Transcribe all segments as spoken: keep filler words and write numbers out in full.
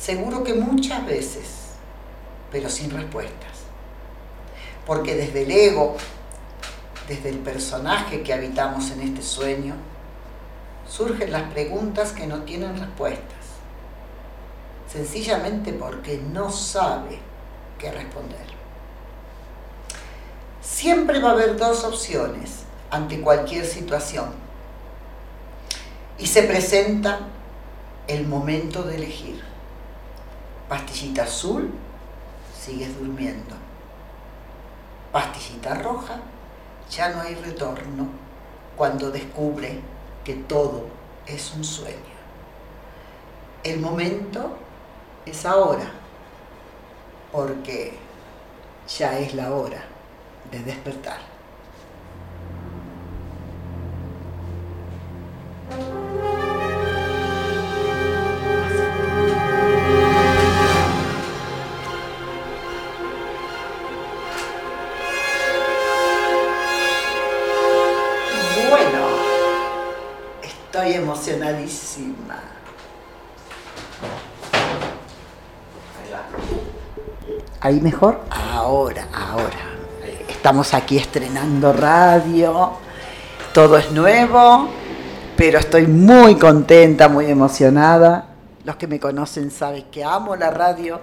Seguro que muchas veces, pero sin respuestas. Porque desde el ego, desde el personaje que habitamos en este sueño, surgen las preguntas que no tienen respuestas, sencillamente porque no sabe qué responder. Siempre va a haber dos opciones ante cualquier situación y se presenta el momento de elegir. Pastillita azul, sigues durmiendo. Pastillita roja, ya no hay retorno cuando descubre que todo es un sueño. El momento es ahora, porque ya es la hora de despertar. Bueno, estoy emocionadísima. ¿Ahí mejor? Ahora, ahora. Estamos aquí estrenando radio, todo es nuevo, pero estoy muy contenta, muy emocionada. Los que me conocen saben que amo la radio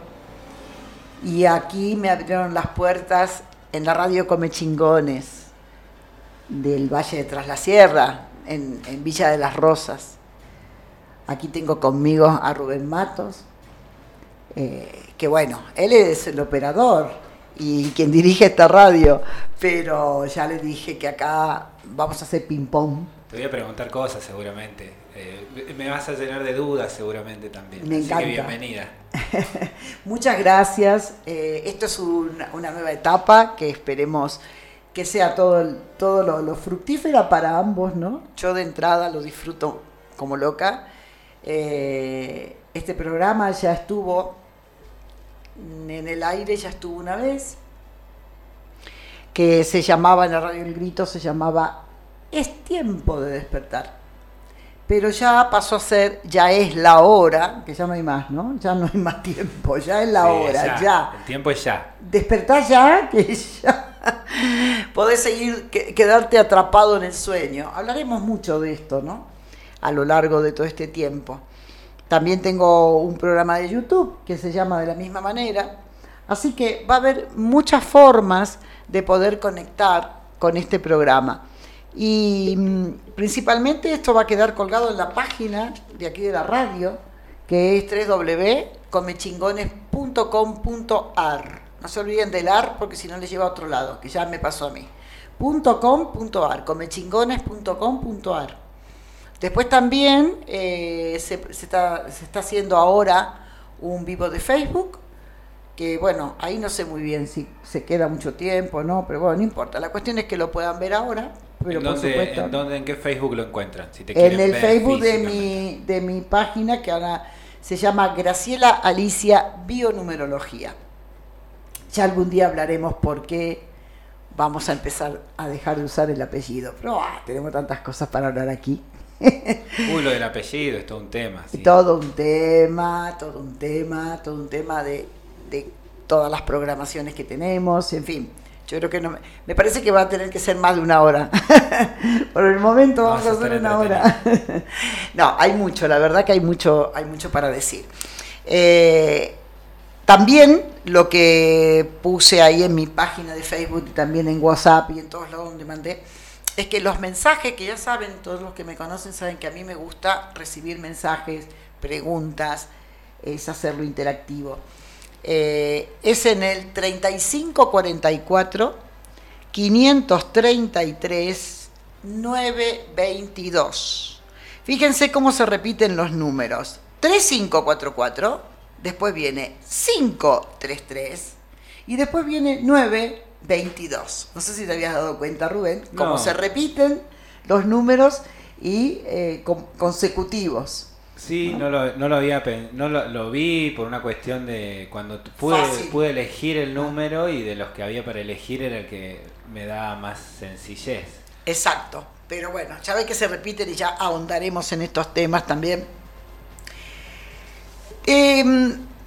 y aquí me abrieron las puertas en la radio Come Chingones del Valle de Tras la Sierra, en, en Villa de las Rosas. Aquí tengo conmigo a Rubén Matos, eh, que bueno, él es el operador y quien dirige esta radio, pero ya le dije que acá vamos a hacer ping-pong. Te voy a preguntar cosas seguramente, eh, me vas a llenar de dudas seguramente también, Me así encanta. que bienvenida. Muchas gracias, eh, esto es una, una nueva etapa que esperemos que sea todo, todo lo, lo fructífera para ambos, ¿no? Yo de entrada lo disfruto como loca. Eh, este programa ya estuvo en el aire, ya estuvo una vez, que se llamaba, en la radio El Grito, se llamaba Es tiempo de despertar. Pero ya pasó a ser, ya es la hora, que ya no hay más, ¿no? Ya no hay más tiempo, ya es la Sí, hora, ya. ya. El tiempo es ya. Despertás ya, que ya podés seguir, que, quedarte atrapado en el sueño. Hablaremos mucho de esto, ¿no? A lo largo de todo este tiempo. También tengo un programa de YouTube que se llama de la misma manera. Así que va a haber muchas formas de poder conectar con este programa. Y mmm, principalmente esto va a quedar colgado en la página de aquí de la radio, que es doble u doble u doble u punto comechingones punto com punto a r. No se olviden del A R porque si no les lleva a otro lado, que ya me pasó a mí. .com.ar, comechingones punto com punto a r. Después también eh, se, se, está, se está haciendo ahora un vivo de Facebook, que bueno, ahí no sé muy bien si se queda mucho tiempo, ¿no? Pero bueno, no importa. La cuestión es que lo puedan ver ahora. Pero ¿En, por dónde, supuesto, ¿En dónde, en qué Facebook lo encuentran? Si te en quieren el ver Facebook de físicamente. mi, de mi página, que ahora se llama Graciela Alicia Bionumerología. Ya algún día hablaremos por qué vamos a empezar a dejar de usar el apellido. Pero ah, tenemos tantas cosas para hablar aquí. Uy, lo del apellido es todo un tema. ¿Sí? Todo un tema, todo un tema, todo un tema de, de todas las programaciones que tenemos, en fin. Yo creo que no me, me parece que va a tener que ser más de una hora. Por el momento vamos, vamos a hacer una hora. No, hay mucho, la verdad que hay mucho, hay mucho para decir. Eh, también lo que puse ahí en mi página de Facebook y también en WhatsApp y en todos lados donde mandé, es que los mensajes, que ya saben, todos los que me conocen saben que a mí me gusta recibir mensajes, preguntas, es hacerlo interactivo. Eh, es en el treinta y cinco cuarenta y cuatro, quinientos treinta y tres, novecientos veintidós. Fíjense cómo se repiten los números. tres cinco cuatro cuatro, después viene cinco tres tres y después viene nueve veintidós. No sé si te habías dado cuenta, Rubén, cómo no. se repiten los números y eh, con, consecutivos. Sí, no lo, no lo había no lo, lo vi por una cuestión de cuando pude, pude elegir el número y de los que había para elegir era el que me da más sencillez. Exacto, pero bueno, ya ves que se repiten y ya ahondaremos en estos temas también. Eh,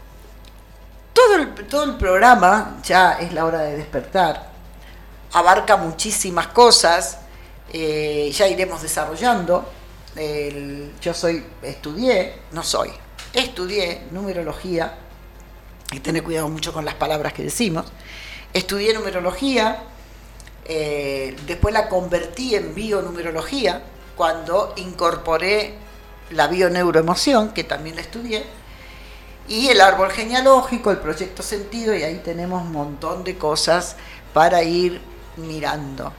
todo el, todo el programa, ya es la hora de despertar, abarca muchísimas cosas, eh, ya iremos desarrollando. El, yo soy, estudié, no soy, estudié numerología, hay que tener cuidado mucho con las palabras que decimos, estudié numerología, eh, después la convertí en bionumerología, cuando incorporé la bioneuroemoción, que también la estudié, y el árbol genealógico, el proyecto sentido, y ahí tenemos un montón de cosas para ir mirando.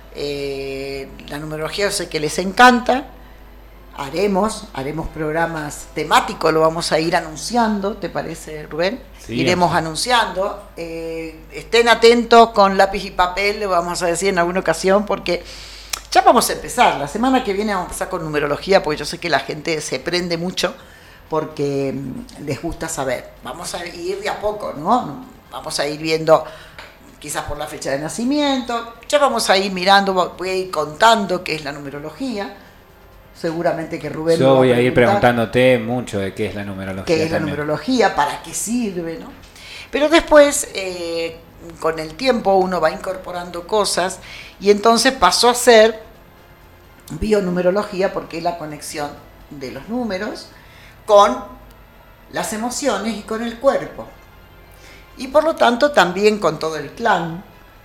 Eh, la numerología yo sé que les encanta, haremos, haremos programas temáticos, lo vamos a ir anunciando, ¿te parece, Rubén? Sí, iremos así. anunciando, eh, estén atentos con lápiz y papel, le vamos a decir en alguna ocasión, porque ya vamos a empezar, la semana que viene vamos a empezar con numerología, porque yo sé que la gente se prende mucho, porque les gusta saber. Vamos a ir de a poco, ¿no? Vamos a ir viendo, quizás por la fecha de nacimiento, ya vamos a ir mirando, voy a ir contando qué es la numerología, seguramente que Rubén... Yo voy a, a ir preguntándote mucho de qué es la numerología. ¿Qué es también. La numerología? ¿Para qué sirve? ¿No? Pero después, eh, con el tiempo, uno va incorporando cosas, y entonces pasó a ser bionumerología, porque es la conexión de los números con las emociones y con el cuerpo. Y por lo tanto también con todo el clan.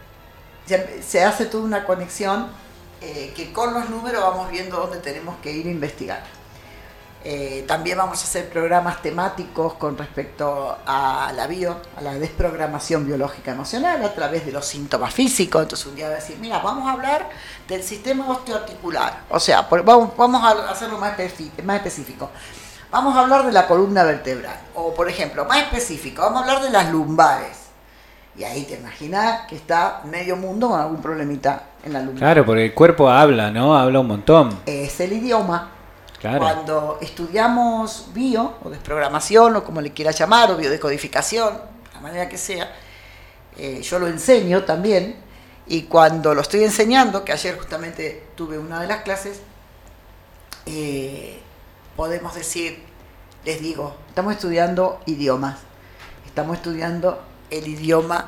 Se hace toda una conexión eh, que con los números vamos viendo dónde tenemos que ir a investigar. Eh, también vamos a hacer programas temáticos con respecto a la bio, a la desprogramación biológica emocional a través de los síntomas físicos. Entonces un día voy a decir, mira, vamos a hablar del sistema osteoarticular. O sea, por, vamos, vamos a hacerlo más, más específico. Vamos a hablar de la columna vertebral, o por ejemplo, más específico, vamos a hablar de las lumbares. Y ahí te imaginas que está medio mundo con algún problemita en la lumbar. Claro, porque el cuerpo habla, ¿no? Habla un montón. Es el idioma. Claro. Cuando estudiamos bio, o desprogramación, o como le quieras llamar, o biodecodificación, la manera que sea, eh, yo lo enseño también, y cuando lo estoy enseñando, que ayer justamente tuve una de las clases, eh, podemos decir, les digo, estamos estudiando idiomas, estamos estudiando el idioma,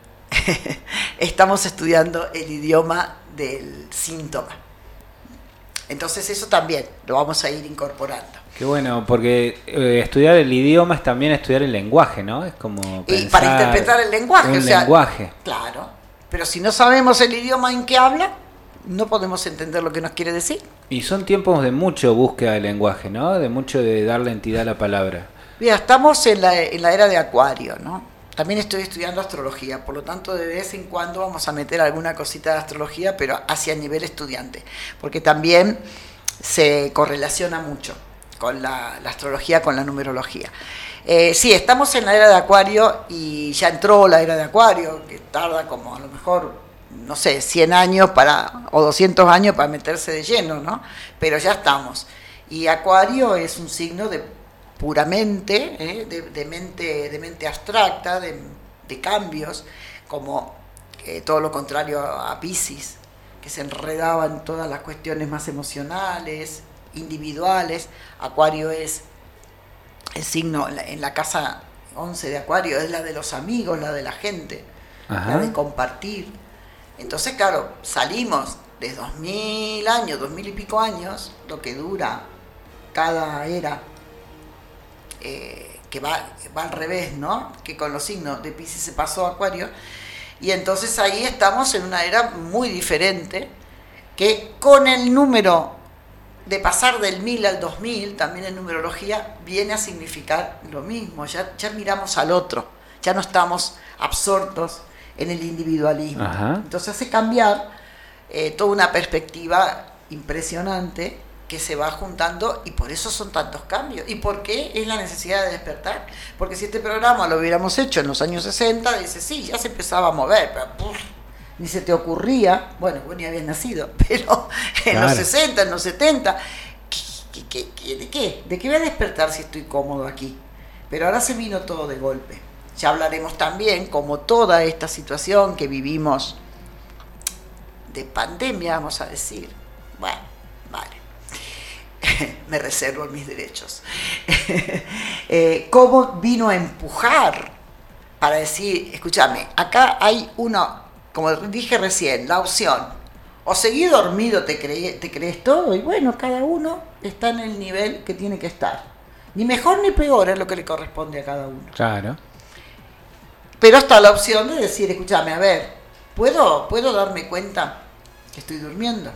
estamos estudiando el idioma del síntoma. Entonces eso también lo vamos a ir incorporando. Qué bueno, porque eh, estudiar el idioma es también estudiar el lenguaje, ¿no? Es como y para interpretar el lenguaje. Un o sea, lenguaje. Claro, pero si no sabemos el idioma en que habla, no podemos entender lo que nos quiere decir. Y son tiempos de mucho búsqueda del lenguaje, ¿no? De mucho de darle entidad a la palabra. Mira, estamos en la, en la era de Acuario, ¿no? También estoy estudiando astrología, por lo tanto de vez en cuando vamos a meter alguna cosita de astrología, pero hacia nivel estudiante, porque también se correlaciona mucho con la, la astrología, con la numerología. Eh, sí, estamos en la era de Acuario y ya entró la era de Acuario, que tarda como a lo mejor, no sé, cien años para o doscientos años para meterse de lleno, ¿no? Pero ya estamos. Y Acuario es un signo de puramente, ¿eh? de, de, mente, de mente abstracta, de, de cambios, como eh, todo lo contrario a, a Piscis, que se enredaba en todas las cuestiones más emocionales, individuales. Acuario es el signo, en la, en la casa once de Acuario, es la de los amigos, la de la gente, Ajá. la de compartir. Entonces, claro, salimos de dos mil años, dos mil y pico años, lo que dura cada era, Eh, que va, va al revés, ¿no? Que con los signos de Piscis se pasó a Acuario, y entonces ahí estamos en una era muy diferente, que con el número de pasar del mil al dos mil, también en numerología, viene a significar lo mismo, ya, ya miramos al otro, ya no estamos absortos en el individualismo. Ajá. Entonces hace cambiar eh, toda una perspectiva impresionante, que se va juntando, y por eso son tantos cambios. ¿Y por qué? Es la necesidad de despertar. Porque si este programa lo hubiéramos hecho en los años sesenta, dice, sí, ya se empezaba a mover, pero puf, ni se te ocurría, bueno, vos ni habías nacido, pero en claro. los sesenta, en los setenta, ¿qué, qué, qué, ¿de qué? ¿De qué voy a despertar si estoy cómodo aquí? Pero ahora se vino todo de golpe. Ya hablaremos también, como toda esta situación que vivimos de pandemia, vamos a decir, bueno, vale. Me reservo mis derechos. eh, cómo vino a empujar para decir, escúchame, acá hay uno, como dije recién, la opción, o seguir dormido te, cree, te crees todo, y bueno, cada uno está en el nivel que tiene que estar. Ni mejor ni peor es lo que le corresponde a cada uno. Claro. Pero está la opción de decir, escúchame, a ver, ¿puedo, ¿puedo darme cuenta que estoy durmiendo?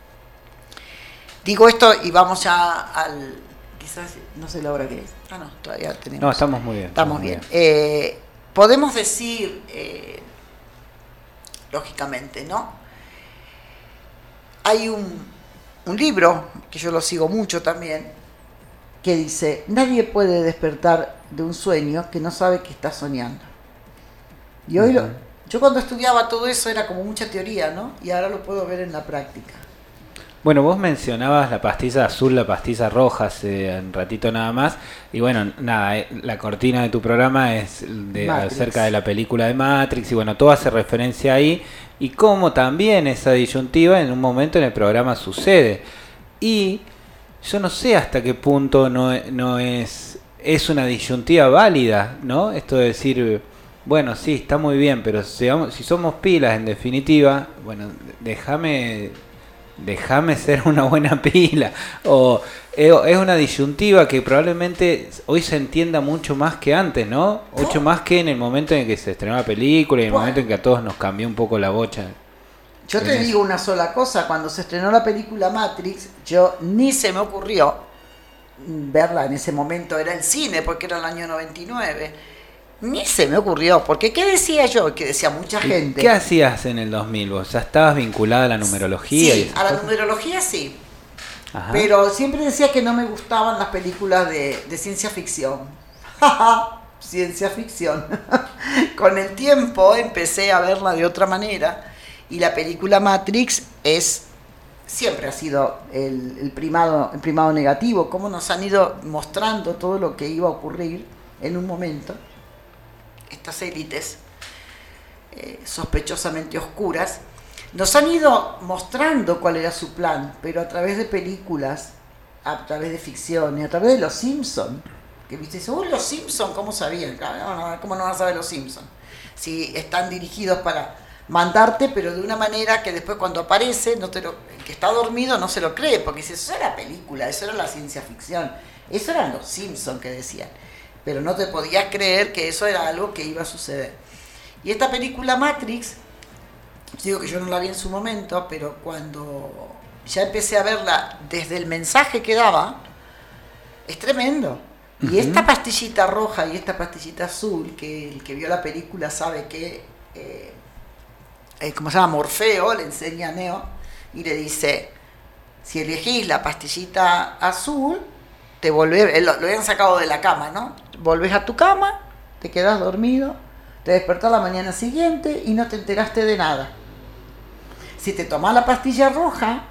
Digo esto y vamos ya al... Quizás, no sé la hora que es. Ah, no, todavía tenemos. No, estamos muy bien. Estamos, estamos bien. bien. Eh, podemos decir, eh, lógicamente, ¿no? Hay un, un libro, que yo lo sigo mucho también, que dice, nadie puede despertar de un sueño que no sabe que está soñando. Y hoy, uh-huh. lo, yo cuando estudiaba todo eso era como mucha teoría, ¿no? Y ahora lo puedo ver en la práctica. Bueno, vos mencionabas la pastilla azul, la pastilla roja hace un ratito nada más. Y bueno, nada, la cortina de tu programa es de, acerca de la película de Matrix. Y bueno, todo hace referencia ahí. Y cómo también esa disyuntiva en un momento en el programa sucede. Y yo no sé hasta qué punto no, no es, es una disyuntiva válida, ¿no? Esto de decir, bueno, sí, está muy bien, pero si, si somos pilas en definitiva, bueno, déjame... déjame ser una buena pila. O es una disyuntiva que probablemente hoy se entienda mucho más que antes, ¿no? Mucho más que en el momento en que se estrenó la película y en el momento en que a todos nos cambió un poco la bocha. Yo te digo una sola cosa, cuando se estrenó la película Matrix, yo ni se me ocurrió verla en ese momento, era el cine porque era el año noventa y nueve. Ni se me ocurrió, porque ¿qué decía yo? Que decía mucha gente. ¿Qué hacías en el dos mil vos? ¿Ya estabas vinculada a la numerología? Sí, a la numerología sí. Ajá. Pero siempre decía que no me gustaban las películas de, de ciencia ficción. Ciencia ficción. Con el tiempo empecé a verla de otra manera y la película Matrix es siempre ha sido el, el, primado, el primado negativo, cómo nos han ido mostrando todo lo que iba a ocurrir en un momento. Estas élites eh, sospechosamente oscuras nos han ido mostrando cuál era su plan, pero a través de películas, a través de ficciones, a través de Los Simpsons, que viste, uy, Los Simpsons, ¿cómo sabían? ¿Cómo no van a saber Los Simpsons? Si están dirigidos para mandarte, pero de una manera que después cuando aparece, no te lo, el que está dormido no se lo cree, porque dice, eso era película, eso era la ciencia ficción, eso eran Los Simpsons que decían. Pero no te podías creer que eso era algo que iba a suceder. Y esta película Matrix, digo que yo no la vi en su momento, pero cuando ya empecé a verla desde el mensaje que daba, es tremendo. Uh-huh. Y esta pastillita roja y esta pastillita azul, que el que vio la película sabe que, eh, eh, ¿cómo se llama? Morfeo le enseña a Neo y le dice, si elegís la pastillita azul, te volvés, lo, lo habían sacado de la cama, ¿no? Volvés a tu cama, te quedás dormido, te despertás la mañana siguiente y no te enteraste de nada. Si te tomás la pastilla roja,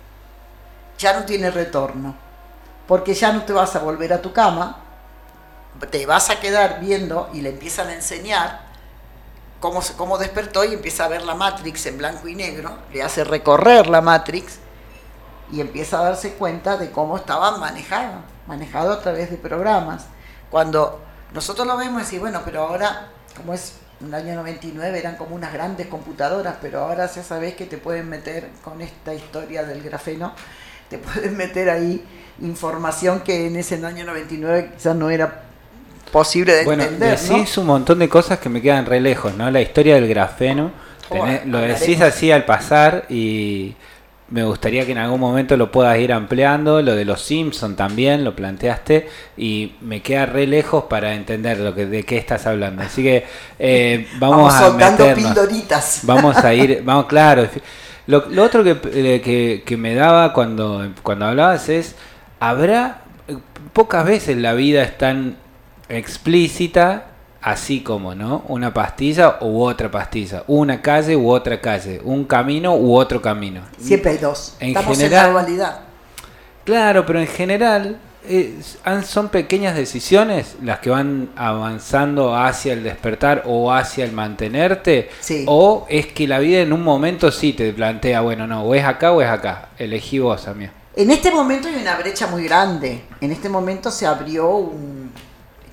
ya no tiene retorno, porque ya no te vas a volver a tu cama, te vas a quedar viendo y le empiezan a enseñar cómo, cómo despertó y empieza a ver la Matrix en blanco y negro, le hace recorrer la Matrix y empieza a darse cuenta de cómo estaba manejado, manejado a través de programas. Cuando nosotros lo vemos y decimos, bueno, pero ahora, como es en el año noventa y nueve, eran como unas grandes computadoras, pero ahora ya sabés que te pueden meter con esta historia del grafeno, te pueden meter ahí información que en ese año noventa y nueve quizás no era posible de bueno, entender, decís, ¿no? Un montón de cosas que me quedan re lejos, ¿no? La historia del grafeno, tenés, lo decís así al pasar y me gustaría que en algún momento lo puedas ir ampliando. Lo de los Simpsons también lo planteaste y me queda re lejos para entender lo que de qué estás hablando. Así que eh, vamos, vamos a meternos. Pildoritas. Vamos a ir, vamos, claro. Lo, lo otro que, que, que me daba cuando, cuando hablabas es, habrá, pocas veces la vida es tan explícita así como, ¿no? Una pastilla u otra pastilla, una calle u otra calle, un camino u otro camino. Siempre hay dos. En Estamos general, en la dualidad. Claro, pero en general eh, son pequeñas decisiones las que van avanzando hacia el despertar o hacia el mantenerte. Sí. O es que la vida en un momento sí te plantea, bueno, no, o es acá o es acá. Elegí vos, amigo. En este momento hay una brecha muy grande. En este momento se abrió un...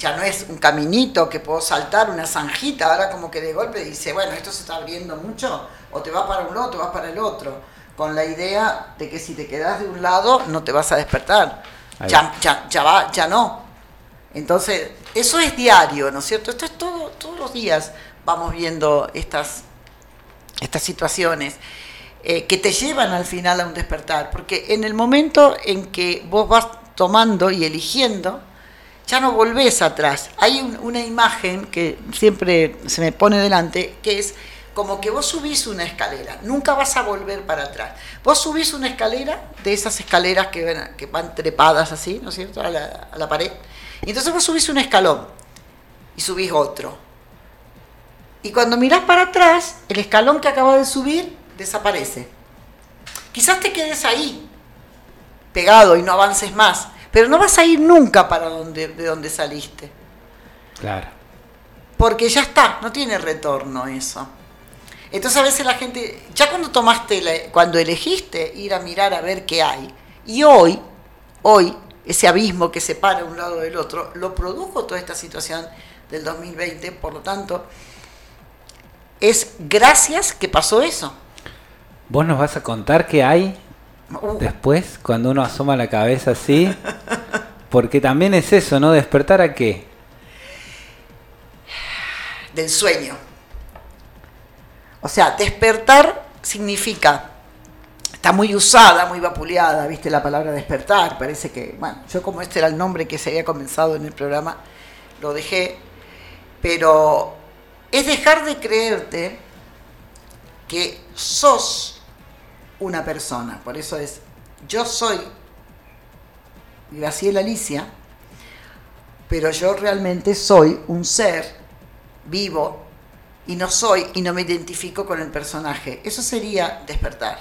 ya no es un caminito que puedo saltar, una zanjita, ahora como que de golpe dice, bueno, esto se está abriendo mucho, o te vas para un lado o te vas para el otro, con la idea de que si te quedas de un lado no te vas a despertar, ya, ya, ya va, ya no. Entonces, eso es diario, ¿no es cierto? Esto es todo, todos los días vamos viendo estas, estas situaciones eh, que te llevan al final a un despertar, porque en el momento en que vos vas tomando y eligiendo, ya no volvés atrás. Hay un, una imagen que siempre se me pone delante, que es como que vos subís una escalera, nunca vas a volver para atrás. Vos subís una escalera, de esas escaleras que, ven, que van trepadas así, ¿no es cierto?, a la, a la pared, y entonces vos subís un escalón y subís otro. Y cuando mirás para atrás, el escalón que acabas de subir desaparece. Quizás te quedes ahí, pegado, y no avances más, pero no vas a ir nunca para donde, de donde saliste. Claro. Porque ya está, no tiene retorno eso. Entonces a veces la gente, ya cuando tomaste, la, cuando elegiste ir a mirar a ver qué hay, y hoy, hoy, ese abismo que separa un lado del otro, lo produjo toda esta situación del dos mil veinte, por lo tanto, es gracias que pasó eso. ¿Vos nos vas a contar qué hay Uh. después, cuando uno asoma la cabeza así? Porque también es eso, ¿no? ¿Despertar a qué? Del sueño. O sea, despertar significa, está muy usada, muy vapuleada, ¿viste? La palabra despertar, parece que, bueno, yo como este era el nombre que se había comenzado en el programa, lo dejé, pero es dejar de creerte que sos una persona. Por eso es, yo soy Graciela Alicia, pero yo realmente soy un ser vivo y no soy y no me identifico con el personaje. Eso sería despertar.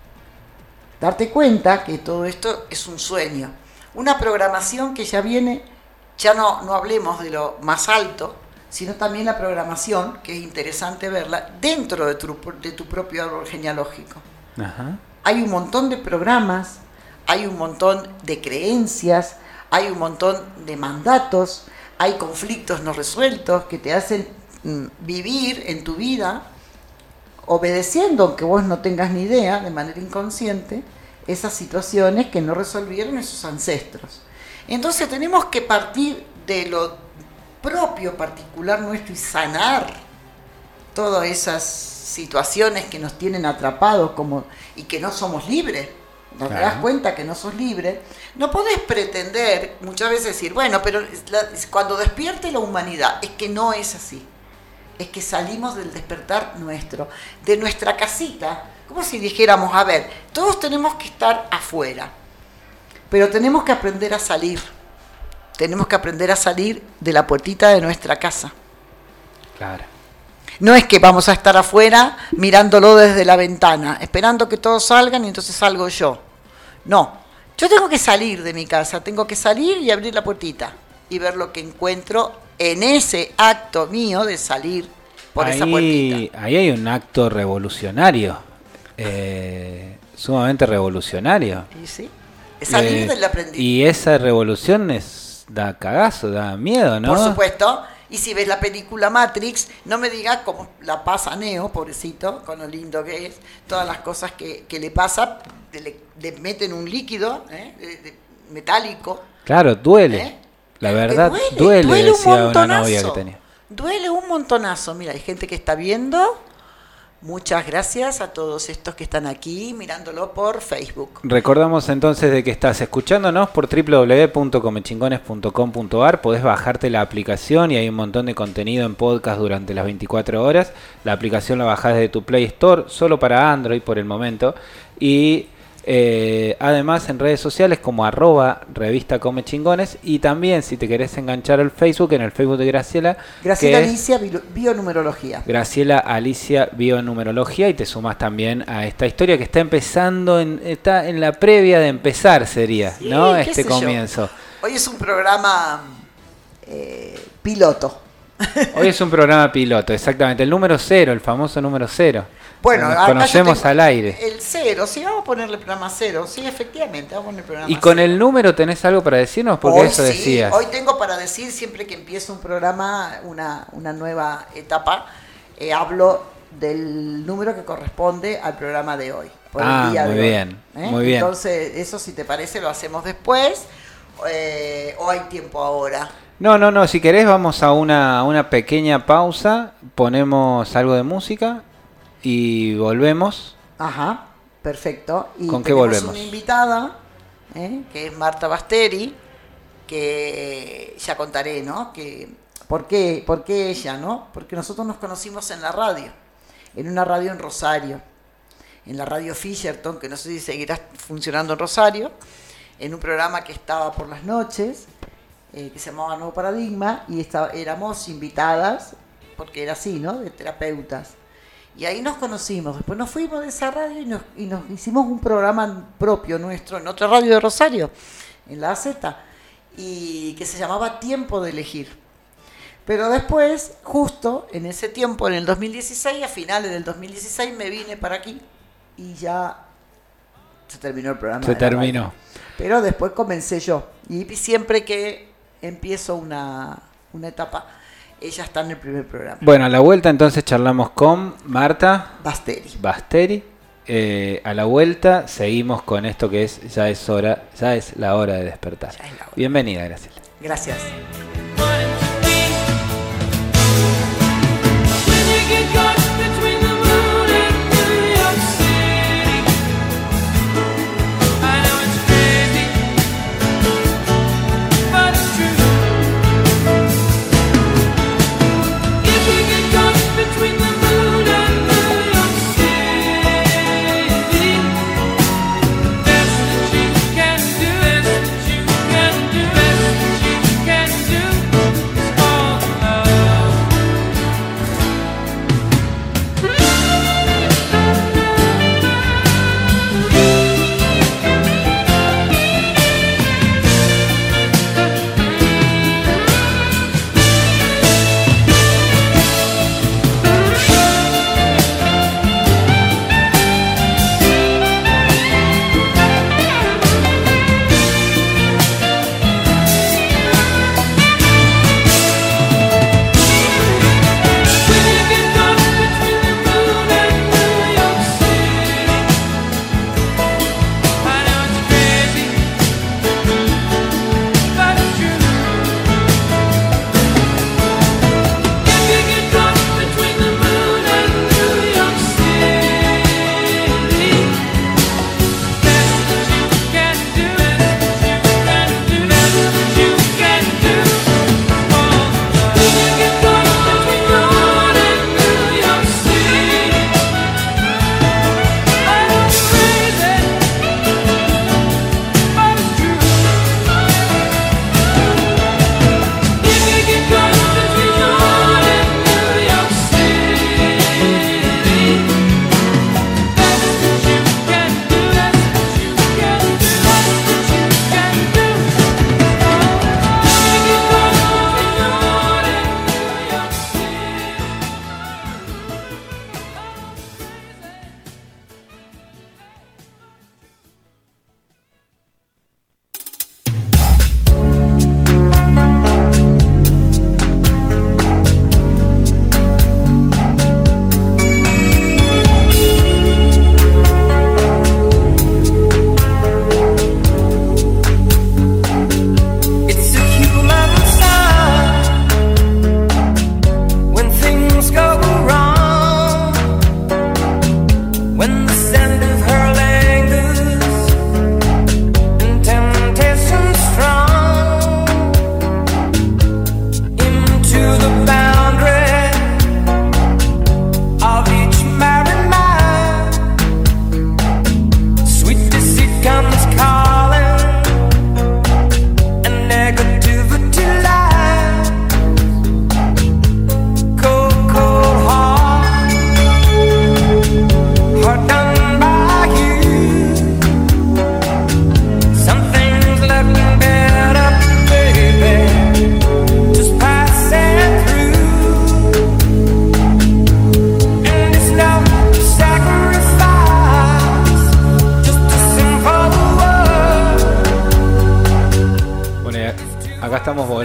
Darte cuenta que todo esto es un sueño, una programación que ya viene, ya no, no hablemos de lo más alto, sino también la programación, que es interesante verla, dentro de tu, de tu propio árbol genealógico. Ajá. Hay un montón de programas, hay un montón de creencias, hay un montón de mandatos, hay conflictos no resueltos que te hacen mm, vivir en tu vida obedeciendo, aunque vos no tengas ni idea, de manera inconsciente, esas situaciones que no resolvieron esos ancestros. Entonces tenemos que partir de lo propio, particular nuestro, y sanar todas esas situaciones que nos tienen atrapados como, y que no somos libres. ¿No te das cuenta que no sos libre? No podés pretender muchas veces decir, bueno, pero la, cuando despierte la humanidad, es que no es así. Es que salimos del despertar nuestro, de nuestra casita, como si dijéramos, a ver, todos tenemos que estar afuera, pero tenemos que aprender a salir. Tenemos que aprender a salir de la puertita de nuestra casa. Claro. No es que vamos a estar afuera mirándolo desde la ventana, esperando que todos salgan y entonces salgo yo. No, yo tengo que salir de mi casa, tengo que salir y abrir la puertita y ver lo que encuentro en ese acto mío de salir por ahí, esa puertita. Ahí hay un acto revolucionario, eh, sumamente revolucionario. Y sí, es salir eh, del aprendizaje. Y esa revolución es, da cagazo, da miedo, ¿no? Por supuesto. Y si ves la película Matrix, no me digas cómo la pasa Neo, pobrecito, con lo lindo que es, todas las cosas que, que le pasa, le, le meten un líquido ¿eh? de, de, metálico. Claro, duele. ¿Eh? La verdad, duele, duele, duele un decía montonazo. Una novia que tenía. Duele un montonazo. Mira, hay gente que está viendo. Muchas gracias a todos estos que están aquí mirándolo por Facebook. Recordamos entonces de que estás escuchándonos por doble u doble u doble u punto comechingones punto com punto a r. Podés bajarte la aplicación y hay un montón de contenido en podcast durante las veinticuatro horas. La aplicación la bajás desde tu Play Store, solo para Android por el momento. Y eh, además en redes sociales como arroba revista Comechingones. Y también si te querés enganchar al Facebook, en el Facebook de Graciela. Graciela Alicia, Bionumerología. Graciela Alicia, Bionumerología. Y te sumas también a esta historia que está empezando, en, está en la previa de empezar sería, sí, ¿no? Este comienzo. Yo. Hoy es un programa eh, piloto. Hoy es un programa piloto, exactamente. El número cero, el famoso número cero. Bueno, nos conocemos tengo al aire. El cero, sí, vamos a ponerle programa cero, sí, efectivamente, vamos a poner programa ¿Y con cero. el número tenés algo para decirnos? Porque Hoy eso sí, decías. hoy tengo para decir, siempre que empiezo un programa, una, una nueva etapa, eh, hablo del número que corresponde al programa de hoy. Por ah, el día muy de bien, hoy, ¿eh? muy bien. Entonces, eso si te parece lo hacemos después, eh, o hay tiempo ahora. No, no, no, si querés vamos a una, una pequeña pausa, ponemos algo de música y volvemos. Ajá, perfecto. Y ¿Con qué tenemos volvemos? una invitada, ¿eh? que es Marta Basteri, que ya contaré, ¿no? Que, ¿por qué, ¿Por qué ella, no? Porque nosotros nos conocimos en la radio, en una radio en Rosario, en la radio Fisherton, que no sé si seguirá funcionando en Rosario, en un programa que estaba por las noches, eh, que se llamaba Nuevo Paradigma, y está, éramos invitadas, porque era así, ¿no? De terapeutas. Y ahí nos conocimos, después nos fuimos de esa radio y nos, y nos hicimos un programa propio nuestro, en otra radio de Rosario, en la A Z, y que se llamaba Tiempo de Elegir. Pero después, justo en ese tiempo, en el dos mil dieciséis, a finales del dos mil dieciséis, me vine para aquí y ya se terminó el programa. Se terminó. Pero después comencé yo. Y siempre que empiezo una, una etapa, ella está en el primer programa. Bueno, a la vuelta entonces charlamos con Marta Basteri. Basteri. Eh, a la vuelta seguimos con esto que es ya es hora, ya es la hora de despertar. Ya es la hora. Bienvenida, Graciela. Gracias. Can do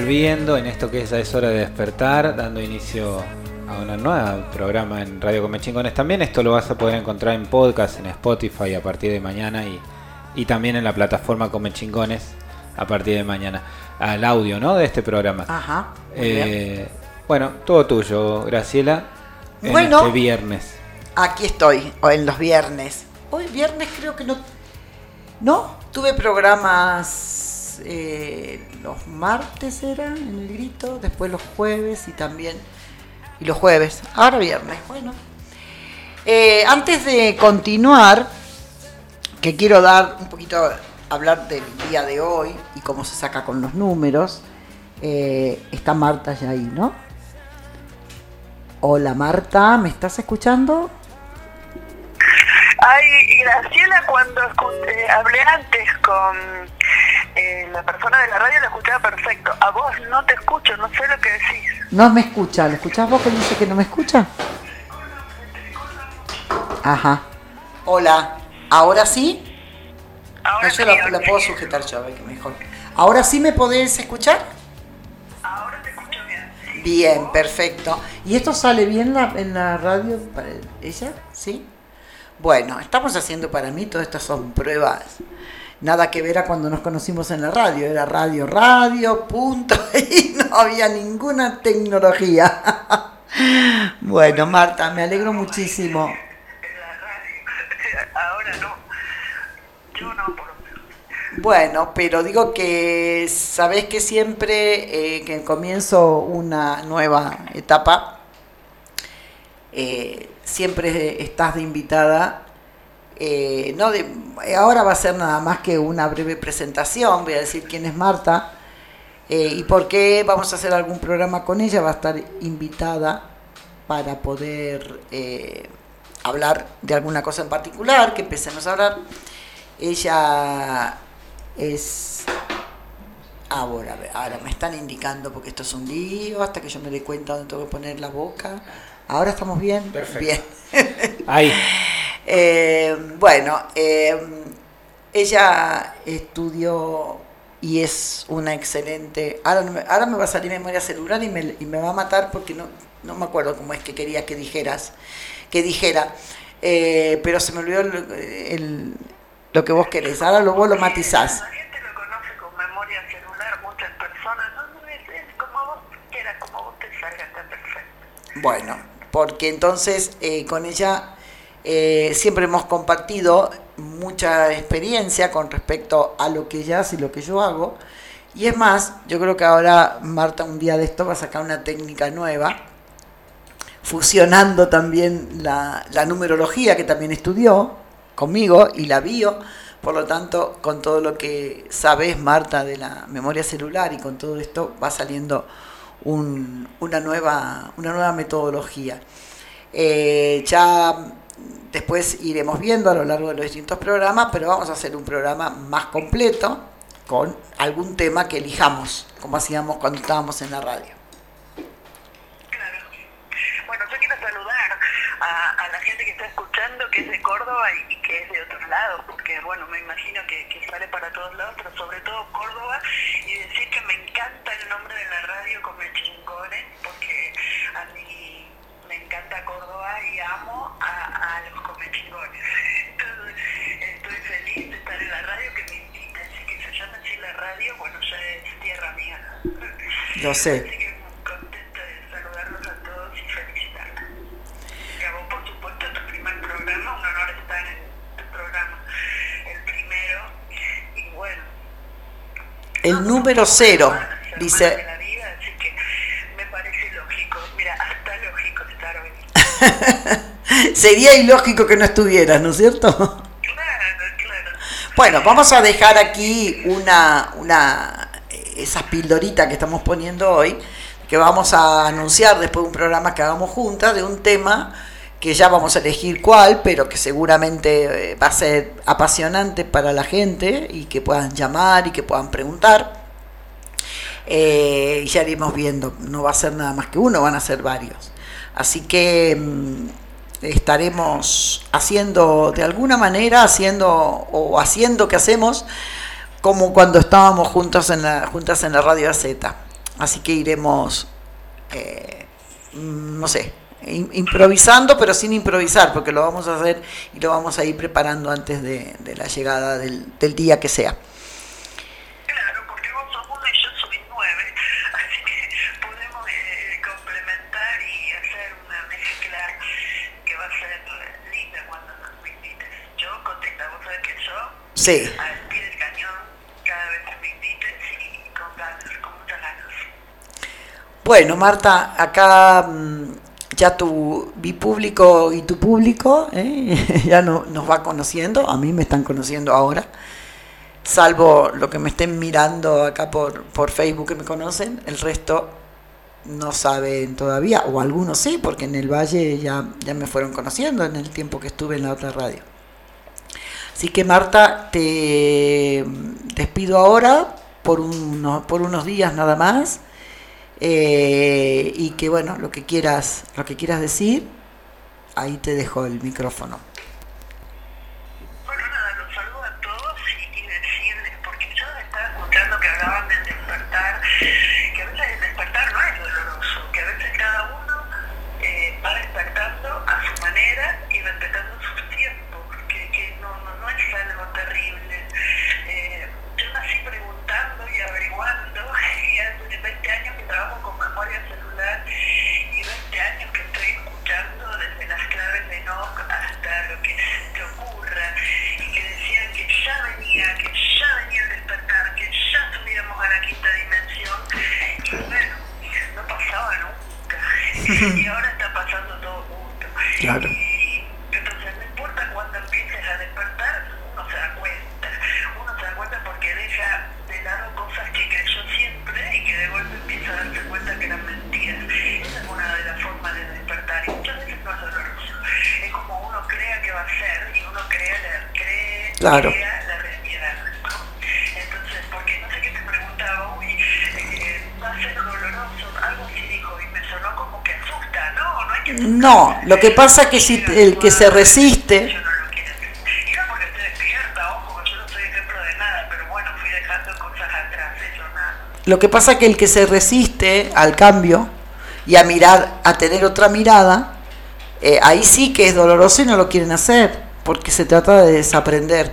volviendo en esto que es Ya es hora de despertar, dando inicio a un nuevo programa en Radio Comechingones también. Esto lo vas a poder encontrar en podcast, en Spotify a partir de mañana y, y también en la plataforma Comechingones a partir de mañana. Al audio, ¿no? De este programa. Ajá. Eh, bueno, todo tuyo, Graciela, en bueno, este viernes. Aquí estoy, en los viernes. Hoy viernes creo que no... No, tuve programas eh, los martes era en el Grito, después los jueves y también... Y los jueves, ahora viernes, bueno. Eh, antes de continuar, que quiero dar un poquito, hablar del día de hoy y cómo se saca con los números. Eh, está Marta ya ahí, ¿no? Hola Marta, ¿me estás escuchando? Ay, Graciela, cuando escuché, hablé antes con eh, la persona de la radio, la escuchaba perfecto. A vos no te escucho, no sé lo que decís. No me escucha, ¿lo escuchás vos que dice que no me escucha? Ajá. Hola, ¿ahora sí? Ahora no, yo sí, la, okay. la puedo sujetar yo, a ver qué mejor. ¿Ahora sí me podés escuchar? Ahora te escucho bien. ¿Sí? Bien, perfecto. ¿Y esto sale bien la, en la radio para ella? ¿Sí? Bueno, estamos haciendo, para mí todas estas son pruebas. Nada que ver a cuando nos conocimos en la radio. Era radio, radio, punto. Y no había ninguna tecnología. Bueno, Marta, me alegro muchísimo. En la radio. Ahora no. Yo no, por lo menos. Bueno, pero digo que sabés que siempre eh, que comienzo una nueva etapa, eh, siempre estás de invitada. Eh, no de, ahora va a ser nada más que una breve presentación, voy a decir quién es Marta eh, y por qué vamos a hacer algún programa con ella. Va a estar invitada para poder eh, hablar de alguna cosa en particular, que empecemos a hablar. Ella es... Ahora, ahora me están indicando, porque esto es un lío, hasta que yo me dé cuenta dónde tengo que poner la boca. ¿Ahora estamos bien? Perfecto. Bien. Ahí. Eh, bueno, eh, ella estudió y es una excelente... Ahora, no me, ahora me va a salir memoria celular y me, y me va a matar porque no, no me acuerdo cómo es que quería que dijeras, que dijera, eh, pero se me olvidó el, el, lo que vos querés. Ahora lo, vos lo matizás. La gente lo conoce con memoria celular, muchas personas. No, no es, es como vos quieras, como vos te salga, está perfecto. Bueno, porque entonces eh, con ella... Eh, siempre hemos compartido mucha experiencia con respecto a lo que ella hace y lo que yo hago. Y es más, yo creo que ahora Marta un día de esto va a sacar una técnica nueva, fusionando también la, la numerología que también estudió conmigo y la bio. Por lo tanto, con todo lo que sabes, Marta, de la memoria celular y con todo esto va saliendo un, una, nueva, una nueva metodología. Eh, ya... Después iremos viendo a lo largo de los distintos programas, pero vamos a hacer un programa más completo con algún tema que elijamos, como hacíamos cuando estábamos en la radio. Claro. Bueno, yo quiero saludar a, a la gente que está escuchando, que es de Córdoba y, y que es de otros lados, porque bueno, me imagino que, que sale para todos lados, pero sobre todo Córdoba, y decir que me encanta el nombre de la radio Comechingones, porque a mí me encanta Córdoba y amo a, a los Comechingones. Entonces, estoy feliz de estar en la radio, que me inviten, así que se llama así la radio, bueno, ya es tierra mía. Lo sé. Así que muy contenta de saludarlos a todos y felicitarlos. Y a vos, por supuesto, tu primer programa, un honor estar en tu programa, el primero, y bueno. El número cero, dice... De la vida, así que me parece lógico, mira, hasta lógico estar hoy. Sería ilógico que no estuvieras, ¿no es cierto? Claro, claro. Bueno, vamos a dejar aquí una, una esas pildoritas que estamos poniendo hoy, que vamos a anunciar después de un programa que hagamos juntas, de un tema que ya vamos a elegir cuál, pero que seguramente va a ser apasionante para la gente y que puedan llamar y que puedan preguntar. Eh, ya iremos viendo, no va a ser nada más que uno, van a ser varios. Así que mmm, estaremos haciendo de alguna manera, haciendo o haciendo que hacemos como cuando estábamos juntos en la, juntas en la Radio Z. así que iremos, eh, no sé, improvisando, pero sin improvisar, porque lo vamos a hacer y lo vamos a ir preparando antes de, de la llegada del, del día que sea. Claro, porque vos sos uno y yo soy nueve, así que podemos eh, complementar y hacer una mezcla que va a ser linda cuando nos invites. Yo contenta, vos sabés que yo, sí, al pie del cañón, cada vez que me invites y con ganas, con muchas ganas. Bueno, Marta, acá ya tu bipúblico y tu público ¿eh? ya no, nos va conociendo, a mí me están conociendo ahora, salvo lo que me estén mirando acá por, por Facebook que me conocen, el resto no saben todavía, o algunos sí, porque en el Valle ya, ya me fueron conociendo en el tiempo que estuve en la otra radio. Así que Marta, te despido ahora por, uno, por unos días nada más. Eh, y que bueno, lo que quieras lo que quieras decir, ahí te dejo el micrófono. Bueno, nada, los saludo a todos y, y decirles, porque yo estaba escuchando que hablaban del despertar, que a veces el despertar no es doloroso, que a veces cada uno eh, va despertando a su manera y respetando sus tiempos, que, que no, no, no es algo terrible. Eh, yo nací preguntando y averiguando, y hace veinte años que trabajo con memoria celular y veinte años que estoy escuchando desde las claves de Enoch hasta lo que se te ocurra, y que decían que ya venía, que ya venía el despertar, que ya subíamos a la quinta dimensión, y bueno, no pasaba nunca, y ahora está pasando todo junto. Claro. Y entonces no importa cuándo empieces a despertar, uno se da cuenta, uno se da cuenta porque deja de lado cosas que creyó siempre y que de golpe empieza a darse cuenta que eran mentiras. Esa es una de las formas de despertar y muchas veces no es doloroso. Es como uno crea que va a ser y uno crea la, cree, claro. crea la realidad, ¿no? Entonces, porque no sé qué te preguntaba, uy, eh, va a ser doloroso, algo así dijo y me sonó como que asusta, ¿no? No hay que asustar. No, lo que pasa es que si el que se resiste, Yo no lo quiero. Y no porque esté despierta, ojo, yo no soy ejemplo de nada, pero bueno, fui dejando cosas atrás, eso nada. lo que pasa es que el que se resiste al cambio y a mirar, a tener otra mirada, eh, ahí sí que es doloroso y no lo quieren hacer, porque se trata de desaprender.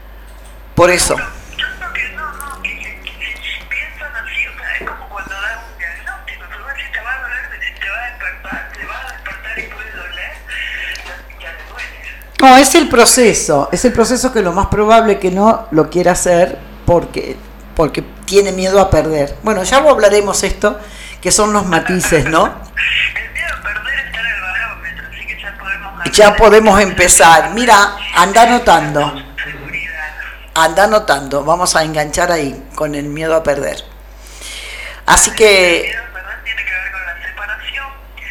Por eso. Bueno, yo creo que no, no, que, que, que si piensan así, o sea, es como cuando das un diagnóstico, tú vas a decir, te va a doler, te va a despertar, te va a despertar y puede doler, ya, ya te duele. No, es el proceso, es el proceso que lo más probable que no lo quiera hacer porque, porque tiene miedo a perder. Bueno, ya lo hablaremos esto, que son los matices, ¿no? El miedo a perder está en el barómetro, así que ya podemos... Ya podemos empezar. Mira, anda anotando. Seguridad. Anda anotando, vamos a enganchar ahí con el miedo a perder. Así que... El miedo, ¿verdad? Tiene que ver con la separación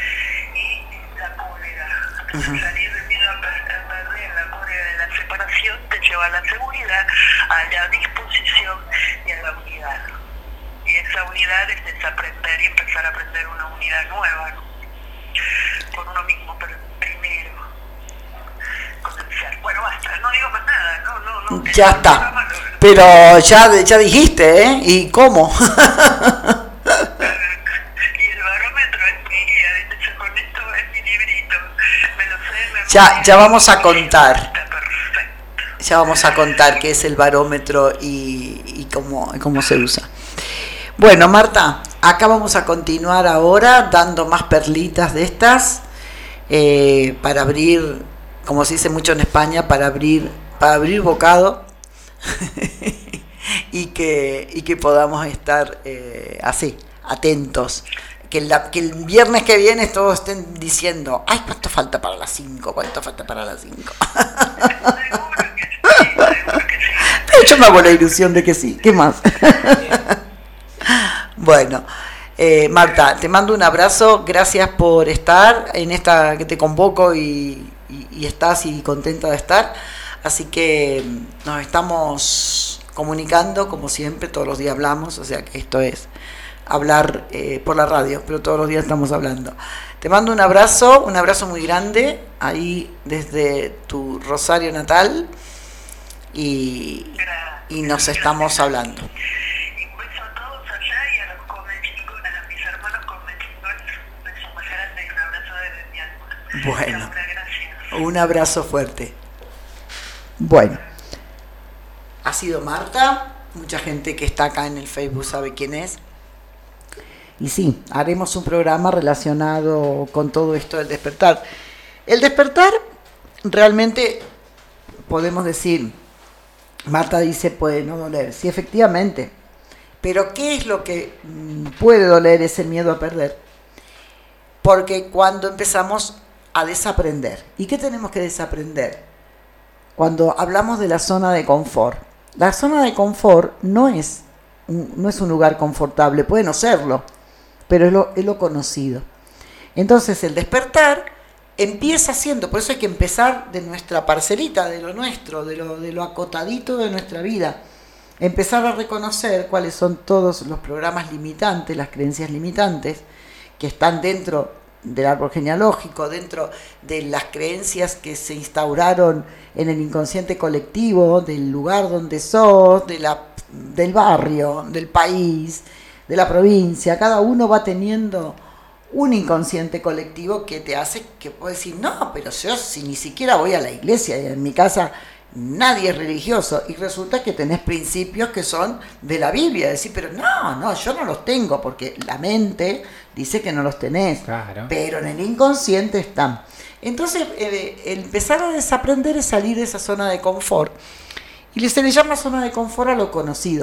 y la cólera. Entonces, salir del miedo a per- a perder, la cólera de la separación te lleva a la seguridad, a la disposición y a la unidad. Y esa unidad es desaprender y empezar a aprender una unidad nueva, ¿no? Con uno mismo, pero primero con el ser. Bueno, basta, no digo más nada, no, no, no. Ya está. Pero ya, ya dijiste, ¿eh? ¿Y cómo? Y el barómetro es mi guía, ¿viste? Con esto es mi librito. Me lo sé, me Ya, ya vamos a contar. Está perfecto. Ya vamos a contar qué es el barómetro y, y cómo, cómo se usa. Bueno, Marta, acá vamos a continuar ahora dando más perlitas de estas eh, para abrir, como se dice mucho en España, para abrir, para abrir bocado y que y que podamos estar eh, así, atentos. Que, la, que el viernes que viene todos estén diciendo, ay, ¿cuánto falta para las cinco? ¿Cuánto falta para las cinco? Seguro que sí, seguro que sí. De hecho me hago la ilusión de que sí. ¿Qué más? Bueno, eh, Marta, te mando un abrazo, gracias por estar en esta que te convoco y, y, y estás y contenta de estar, así que nos estamos comunicando como siempre, todos los días hablamos, o sea que esto es hablar eh, por la radio, pero todos los días estamos hablando. Te mando un abrazo, un abrazo muy grande, ahí desde tu Rosario natal y, y nos estamos hablando. Y un beso a todos allá y a los comecitos Bueno, un abrazo fuerte. Bueno, ha sido Marta, mucha gente que está acá en el Facebook sabe quién es. Y sí, haremos un programa relacionado con todo esto del despertar. El despertar, realmente podemos decir, Marta dice, puede no doler. Sí, efectivamente. Pero ¿qué es lo que puede doler? Es el miedo a perder. Porque cuando empezamos a desaprender. ¿Y qué tenemos que desaprender? Cuando hablamos de la zona de confort. La zona de confort no es un, no es un lugar confortable, puede no serlo, pero es lo, es lo conocido. Entonces el despertar empieza siendo, por eso hay que empezar de nuestra parcelita, de lo nuestro, de lo, de lo acotadito de nuestra vida. Empezar a reconocer cuáles son todos los programas limitantes, las creencias limitantes, que están dentro del árbol genealógico, dentro de las creencias que se instauraron en el inconsciente colectivo, del lugar donde sos, de la, del barrio, del país, de la provincia. Cada uno va teniendo un inconsciente colectivo que te hace que puedes decir, no, pero yo si ni siquiera voy a la iglesia, y en mi casa nadie es religioso, y resulta que tenés principios que son de la Biblia, decir, pero no, no, yo no los tengo, porque la mente dice que no los tenés, claro, pero en el inconsciente están. Entonces, eh, empezar a desaprender es salir de esa zona de confort, y se le llama zona de confort a lo conocido.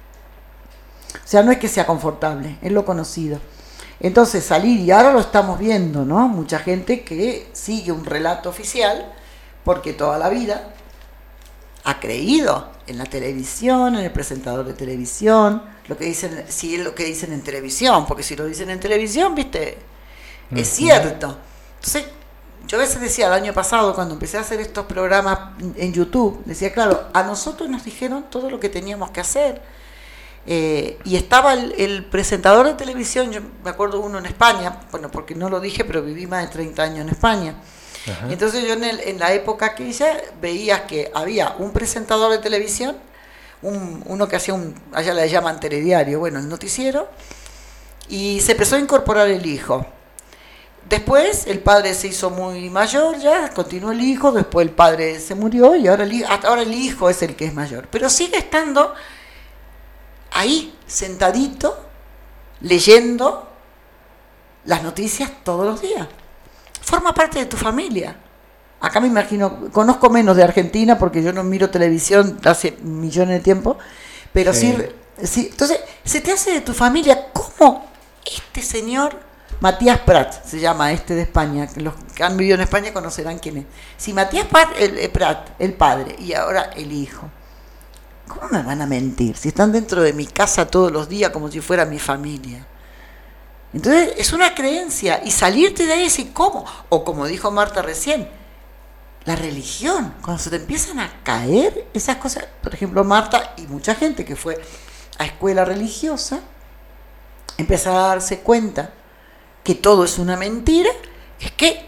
O sea, no es que sea confortable, es lo conocido. Entonces, salir, y ahora lo estamos viendo, ¿no? Mucha gente que sigue un relato oficial, porque toda la vida ha creído en la televisión, en el presentador de televisión, lo que dicen, si es lo que dicen en televisión, porque si lo dicen en televisión, viste, uh-huh, es cierto. Entonces, yo a veces decía el año pasado, cuando empecé a hacer estos programas en YouTube, decía, claro, a nosotros nos dijeron todo lo que teníamos que hacer. Eh, y estaba el, el presentador de televisión, yo me acuerdo uno en España, bueno, porque no lo dije, pero viví más de treinta años en España. Ajá. Entonces yo en, el, en la época aquella veía que había un presentador de televisión, un, uno que hacía un, allá le llaman telediario, bueno, el noticiero, y se empezó a incorporar el hijo. Después el padre se hizo muy mayor, ya continuó el hijo, después el padre se murió y ahora el, hasta ahora el hijo es el que es mayor, pero sigue estando ahí, sentadito, leyendo las noticias todos los días. Forma parte de tu familia. Acá me imagino, conozco menos de Argentina porque yo no miro televisión hace millones de tiempo, pero sí. sí, sí entonces, se te hace de tu familia. ¿Cómo este señor, Matías Prat, se llama este de España, los que han vivido en España conocerán quién es. Si Matías Prat el, el Prat, el padre, y ahora el hijo, ¿cómo me van a mentir? Si están dentro de mi casa todos los días como si fuera mi familia. Entonces es una creencia, y salirte de ahí y decir, ¿cómo? O como dijo Marta recién, la religión, cuando se te empiezan a caer esas cosas, por ejemplo Marta y mucha gente que fue a escuela religiosa, empieza a darse cuenta que todo es una mentira, es que,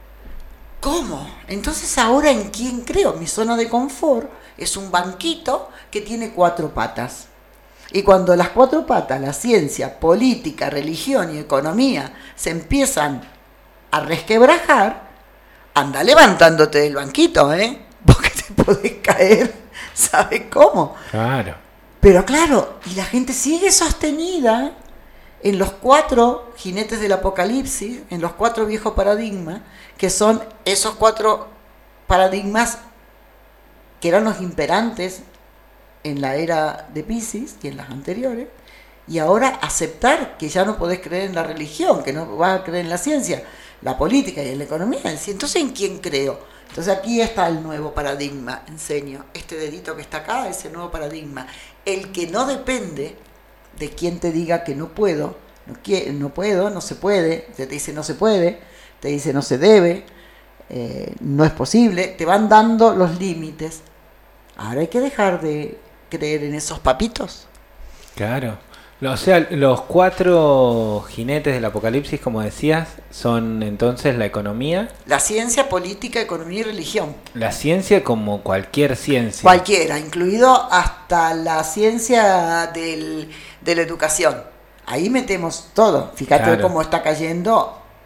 ¿cómo? Entonces ahora ¿en quién creo? Mi zona de confort es un banquito que tiene cuatro patas. Y cuando las cuatro patas, la ciencia, política, religión y economía, se empiezan a resquebrajar, anda levantándote del banquito, ¿eh? Porque te podés caer, ¿sabes cómo? Claro. Pero claro, y la gente sigue sostenida en los cuatro jinetes del apocalipsis, en los cuatro viejos paradigmas, que son esos cuatro paradigmas que eran los imperantes en la era de Piscis y en las anteriores, y ahora aceptar que ya no podés creer en la religión, que no vas a creer en la ciencia, la política y en la economía. Entonces, ¿en quién creo? Entonces aquí está el nuevo paradigma, enseño, este dedito que está acá es el nuevo paradigma, el que no depende de quien te diga que no puedo, no, quiero, no puedo, no se puede, te dice no se puede, te dice no se debe, eh, no es posible, te van dando los límites. Ahora hay que dejar de creer en esos papitos. Claro. O sea, los cuatro jinetes del apocalipsis, como decías, son entonces la economía. La ciencia, política, economía y religión. La ciencia como cualquier ciencia. Cualquiera, incluido hasta la ciencia del, de la educación. Ahí metemos todo. Fíjate claro. cómo está cayendo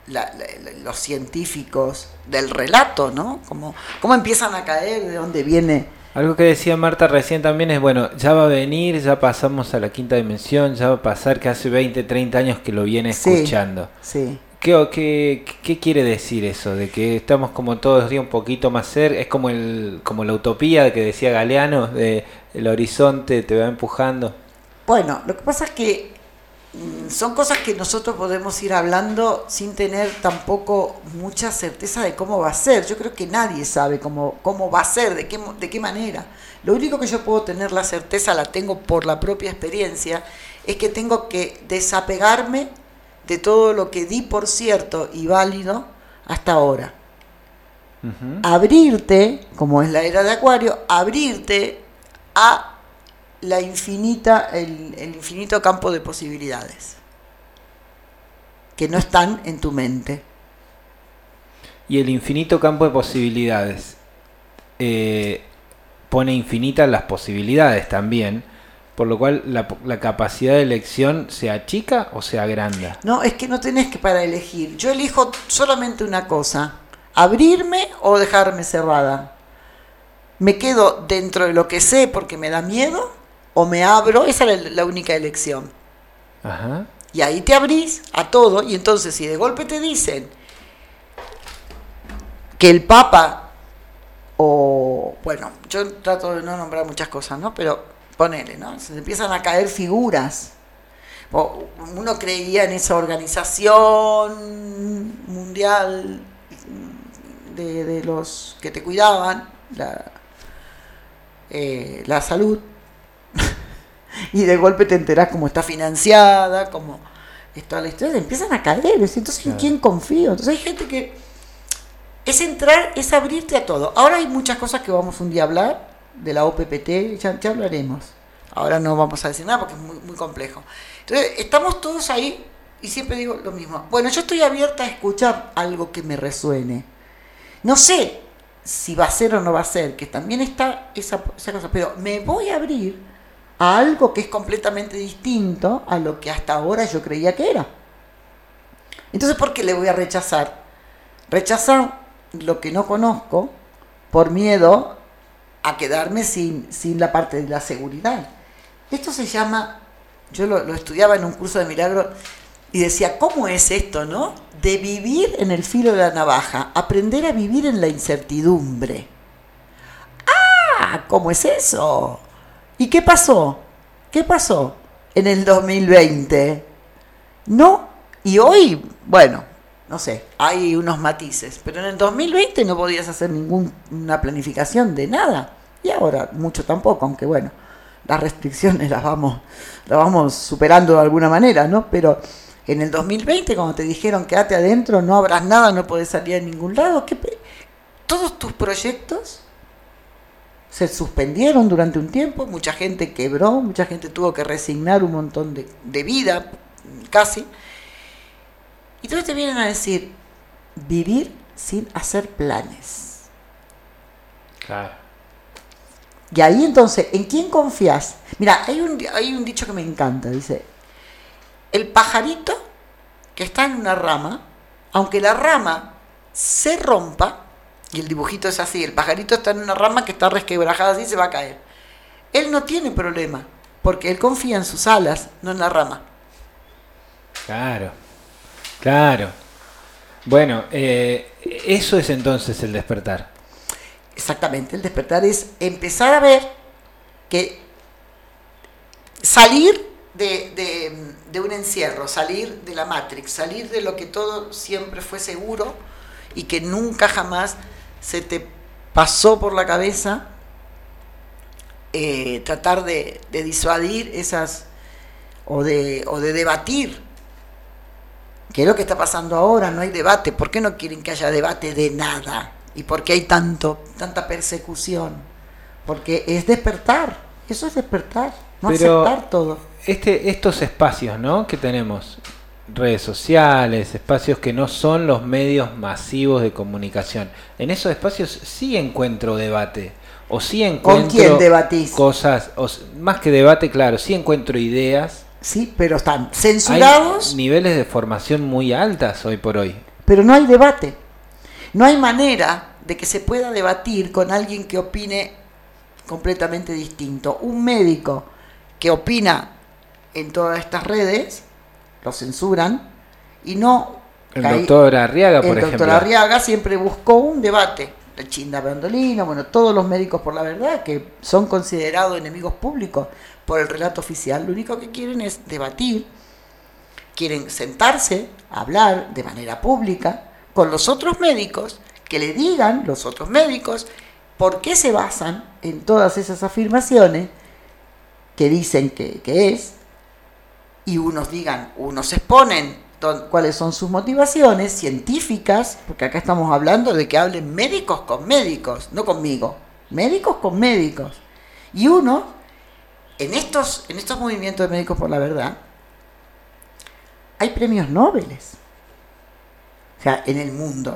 la, la, los científicos del relato, ¿no? Cómo, cómo empiezan a caer, de dónde viene. Algo que decía Marta recién también es, bueno, ya va a venir, ya pasamos a la quinta dimensión, ya va a pasar que hace veinte, treinta años que lo viene escuchando. Sí, sí. ¿Qué, qué, ¿Qué quiere decir eso? De que estamos como todos los días un poquito más cerca, es como el como la utopía que decía Galeano, de el horizonte te va empujando. Bueno, lo que pasa es que son cosas que nosotros podemos ir hablando sin tener tampoco mucha certeza de cómo va a ser. Yo creo que nadie sabe cómo, cómo va a ser, de qué, de qué manera. Lo único que yo puedo tener la certeza, la tengo por la propia experiencia, es que tengo que desapegarme de todo lo que di por cierto y válido hasta ahora. Uh-huh. Abrirte, como es la era de Acuario, abrirte a la infinita, el, el infinito campo de posibilidades que no están en tu mente. Y el infinito campo de posibilidades eh, pone infinitas las posibilidades también, por lo cual la, la capacidad de elección se achica o se agranda. No, es que no tenés que para elegir. Yo elijo solamente una cosa: abrirme o dejarme cerrada. Me quedo dentro de lo que sé porque me da miedo, o me abro. Esa es la, la única elección. Ajá. Y ahí te abrís a todo, y entonces si de golpe te dicen que el Papa, o bueno, yo trato de no nombrar muchas cosas, ¿no? Pero ponele, ¿no? Se empiezan a caer figuras. O uno creía en esa organización mundial de, de los que te cuidaban, la, eh, la salud. Y de golpe te enterás cómo está financiada, cómo está la historia, empiezan a caer. Entonces, ¿en quién confío? Entonces hay gente que es entrar, es abrirte a todo. Ahora hay muchas cosas que vamos un día a hablar, de la O P P T, ya, ya hablaremos. Ahora no vamos a decir nada porque es muy, muy complejo. Entonces, estamos todos ahí y siempre digo lo mismo. Bueno, yo estoy abierta a escuchar algo que me resuene. No sé si va a ser o no va a ser, que también está esa, esa cosa, pero me voy a abrir a algo que es completamente distinto a lo que hasta ahora yo creía que era. Entonces, ¿por qué le voy a rechazar? Rechazar lo que no conozco por miedo a quedarme sin, sin la parte de la seguridad. Esto se llama, yo lo, lo estudiaba en un curso de milagro y decía, ¿cómo es esto, no? De vivir en el filo de la navaja, aprender a vivir en la incertidumbre. ¡Ah! ¿Cómo es eso? ¿Y qué pasó? ¿Qué pasó en el dos mil veinte? No, y hoy, bueno, no sé, hay unos matices, pero en el dos mil veinte no podías hacer ninguna planificación de nada, y ahora mucho tampoco, aunque bueno, las restricciones las vamos, las vamos superando de alguna manera, ¿no? Pero en el dos mil veinte, cuando te dijeron quédate adentro, no habrás nada, no podés salir a ningún lado, ¿qué pe- todos tus proyectos se suspendieron durante un tiempo, mucha gente quebró, mucha gente tuvo que resignar un montón de, de vida, casi. Y entonces te vienen a decir, vivir sin hacer planes. Claro. Y ahí entonces, ¿en quién confías? Mira, hay un, hay un dicho que me encanta, dice, el pajarito que está en una rama, aunque la rama se rompa, y el dibujito es así, el pajarito está en una rama que está resquebrajada así, se va a caer. Él no tiene problema, porque él confía en sus alas, no en la rama. Claro, claro. Bueno, eh, eso es entonces el despertar. Exactamente, el despertar es empezar a ver que salir de, de, de un encierro, salir de la Matrix, salir de lo que todo siempre fue seguro y que nunca jamás se te pasó por la cabeza, eh, tratar de, de disuadir esas o de, o de debatir, que es lo que está pasando ahora. No hay debate. ¿Por qué no quieren que haya debate de nada? ¿Y por qué hay tanto, tanta persecución? Porque es despertar, eso es despertar, no Pero aceptar todo. Este, estos espacios, ¿no?, que tenemos, redes sociales, espacios que no son los medios masivos de comunicación, en esos espacios sí encuentro debate, o sí encuentro... ¿Con quién debatís? Cosas, o, más que debate, claro, sí encuentro ideas. Sí, pero están censurados. Hay niveles de formación muy altas hoy por hoy. pero no hay debate. No hay manera de que se pueda debatir con alguien que opine completamente distinto. Un médico que opina en todas estas redes, lo censuran, y no... El doctor Arriaga, por ejemplo. El doctor Arriaga siempre buscó un debate. El Chinda Bandolino, bueno, todos los médicos por la verdad, que son considerados enemigos públicos por el relato oficial, lo único que quieren es debatir, quieren sentarse, hablar de manera pública con los otros médicos, que le digan los otros médicos por qué se basan en todas esas afirmaciones que dicen que, que es, y unos digan, unos exponen cuáles son sus motivaciones científicas, porque acá estamos hablando de que hablen médicos con médicos, no conmigo, médicos con médicos. Y uno, en estos, en estos movimientos de Médicos por la Verdad, hay premios Nobel, o sea, en el mundo.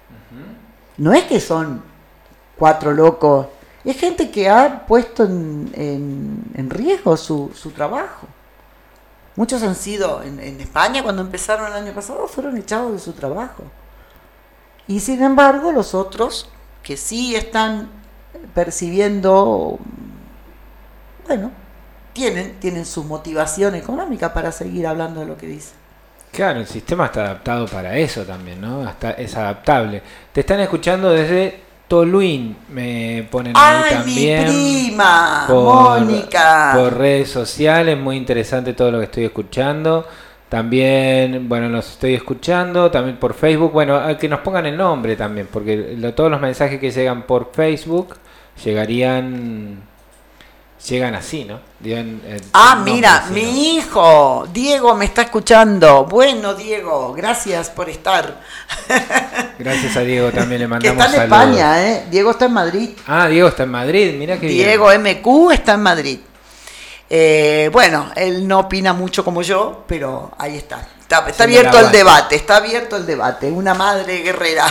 No es que son cuatro locos, es gente que ha puesto en, en, en riesgo su, su trabajo. Muchos han sido, en, en España cuando empezaron el año pasado, fueron echados de su trabajo. Y sin embargo, los otros, que sí están percibiendo, bueno, tienen, tienen su motivación económica para seguir hablando de lo que dicen. Claro, el sistema está adaptado para eso también, ¿no? Hasta es adaptable. Te están escuchando desde Toluín, me ponen ahí ¡ay, también. Mi prima, por, Mónica! Por redes sociales, muy interesante todo lo que estoy escuchando. También, bueno, los estoy escuchando, también por Facebook. Bueno, que nos pongan el nombre también, porque lo, todos los mensajes que llegan por Facebook llegarían, llegan así, ¿no? Llegan, eh, ah, nombre, mira, ¿sí, mi no? hijo, Diego me está escuchando. Bueno, Diego, gracias por estar. Gracias a Diego también le mandamos que está en saludos. España, ¿eh? Diego está en Madrid. Ah, Diego está en Madrid, mira que Diego bien. M Q está en Madrid. Eh, bueno, él no opina mucho como yo, pero ahí está. Está, está abierto el debate, está abierto el debate. Una madre guerrera.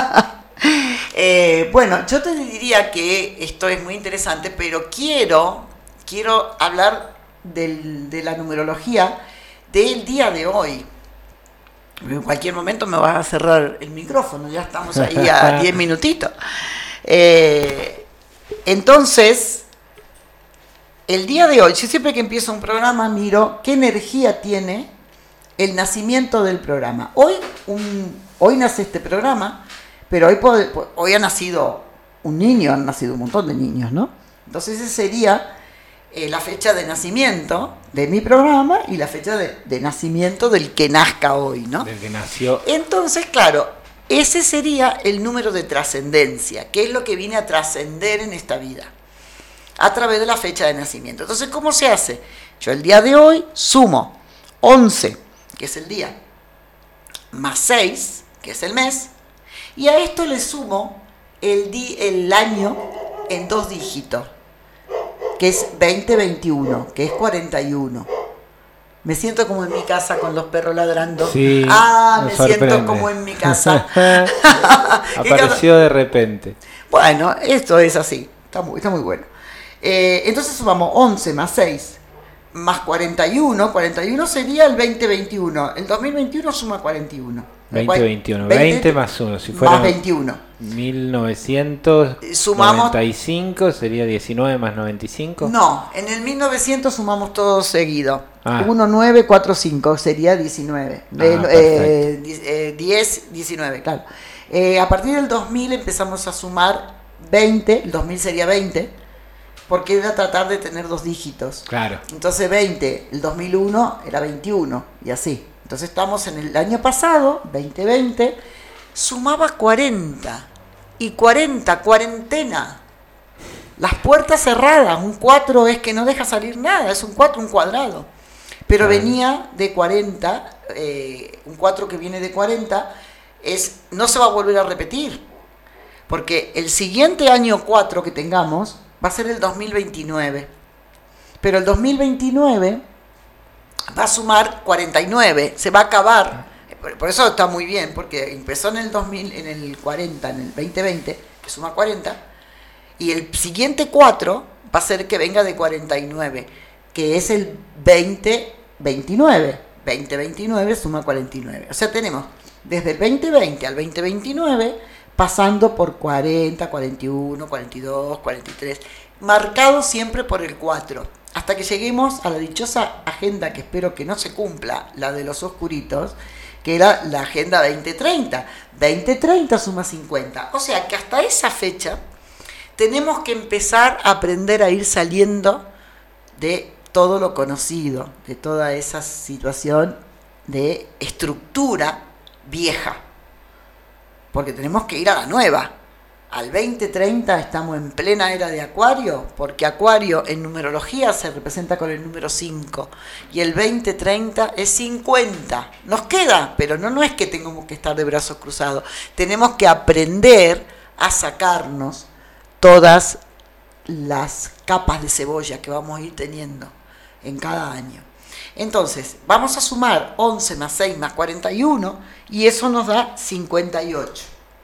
eh, bueno, yo te diría que esto es muy interesante, pero quiero, quiero hablar del, de la numerología del día de hoy. En cualquier momento me vas a cerrar el micrófono, ya estamos ahí a diez minutitos. Eh, entonces, el día de hoy, yo siempre que empiezo un programa miro qué energía tiene el nacimiento del programa. Hoy, un, hoy nace este programa, pero hoy, puede, hoy ha nacido un niño, han nacido un montón de niños, ¿no? Entonces ese sería eh, la fecha de nacimiento de mi programa y la fecha de, de nacimiento del que nazca hoy, ¿no? Del que nació. Entonces, claro, ese sería el número de trascendencia, que es lo que viene a trascender en esta vida, a través de la fecha de nacimiento. Entonces, ¿cómo se hace? Yo el día de hoy sumo once, que es el día, más seis, que es el mes, y a esto le sumo el, di- el año en dos dígitos, que es veinte veintiuno, que es cuarenta y uno. Me siento como en mi casa con los perros ladrando. Sí, ah, me sorprende. siento como en mi casa. Apareció de repente. Bueno, esto es así, está muy, está muy bueno. Eh, entonces sumamos once más seis más cuarenta y uno. cuarenta y uno sería el veinte veintiuno. El dos mil veintiuno suma cuarenta y uno. veinte veintiuno. veinte más uno. Si fuera más veintiuno. mil novecientos noventa y cinco Sumamos, sería diecinueve más noventa y cinco. No, en el mil novecientos sumamos todo seguido. Ah. uno, nueve, cuatro, cinco sería diecinueve. Ah, eh, eh, diez, diecinueve, claro. Eh, a partir del dos mil empezamos a sumar veinte. El dos mil sería veinte. Porque era tratar de tener dos dígitos. Claro. Entonces veinte, el dos mil uno era veintiuno y así. Entonces estamos en el año pasado, veinte veinte, sumaba cuarenta. Y cuarenta, cuarentena. Las puertas cerradas, un cuatro es que no deja salir nada, es un cuatro, un cuadrado. Pero Claro. venía de cuarenta, eh, un cuatro que viene de cuarenta, es, no se va a volver a repetir. Porque el siguiente año cuatro que tengamos va a ser el dos mil veintinueve. Pero el dos mil veintinueve va a sumar cuarenta y nueve, se va a acabar. Por, por eso está muy bien, porque empezó en el dos mil, en el cuarenta, en el veinte veinte, que suma cuarenta, y el siguiente cuatro va a ser que venga de cuarenta y nueve, que es el veinte veintinueve. veinte veintinueve suma cuarenta y nueve. O sea, tenemos desde el veinte veinte al veinte veintinueve, pasando por cuarenta, cuarenta y uno, cuarenta y dos, cuarenta y tres, marcado siempre por el cuatro, hasta que lleguemos a la dichosa agenda que espero que no se cumpla, la de los oscuritos, que era la agenda veinte treinta. veinte treinta suma cincuenta, o sea que hasta esa fecha tenemos que empezar a aprender a ir saliendo de todo lo conocido, de toda esa situación de estructura vieja, porque tenemos que ir a la nueva. Al veinte treinta estamos en plena era de Acuario, porque Acuario en numerología se representa con el número cinco, y el veinte treinta es cincuenta. Nos queda, pero no, no es que tengamos que estar de brazos cruzados, tenemos que aprender a sacarnos todas las capas de cebolla que vamos a ir teniendo en cada año. Entonces, vamos a sumar once más seis más cuarenta y uno, y eso nos da cincuenta y ocho.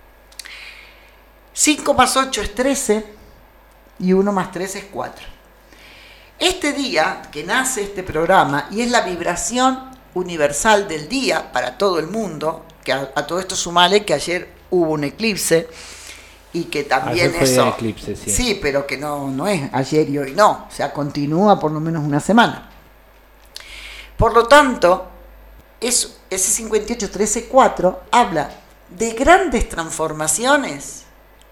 cinco más ocho es trece, y uno más tres es cuatro. Este día que nace este programa, y es la vibración universal del día para todo el mundo, que a, a todo esto sumale que ayer hubo un eclipse, y que también ayer fue eso... de eclipse, sí. Sí, pero que no, no es ayer y hoy no, o sea, continúa por lo menos una semana. Por lo tanto, es, ese cincuenta y ocho, trece, cuatro habla de grandes transformaciones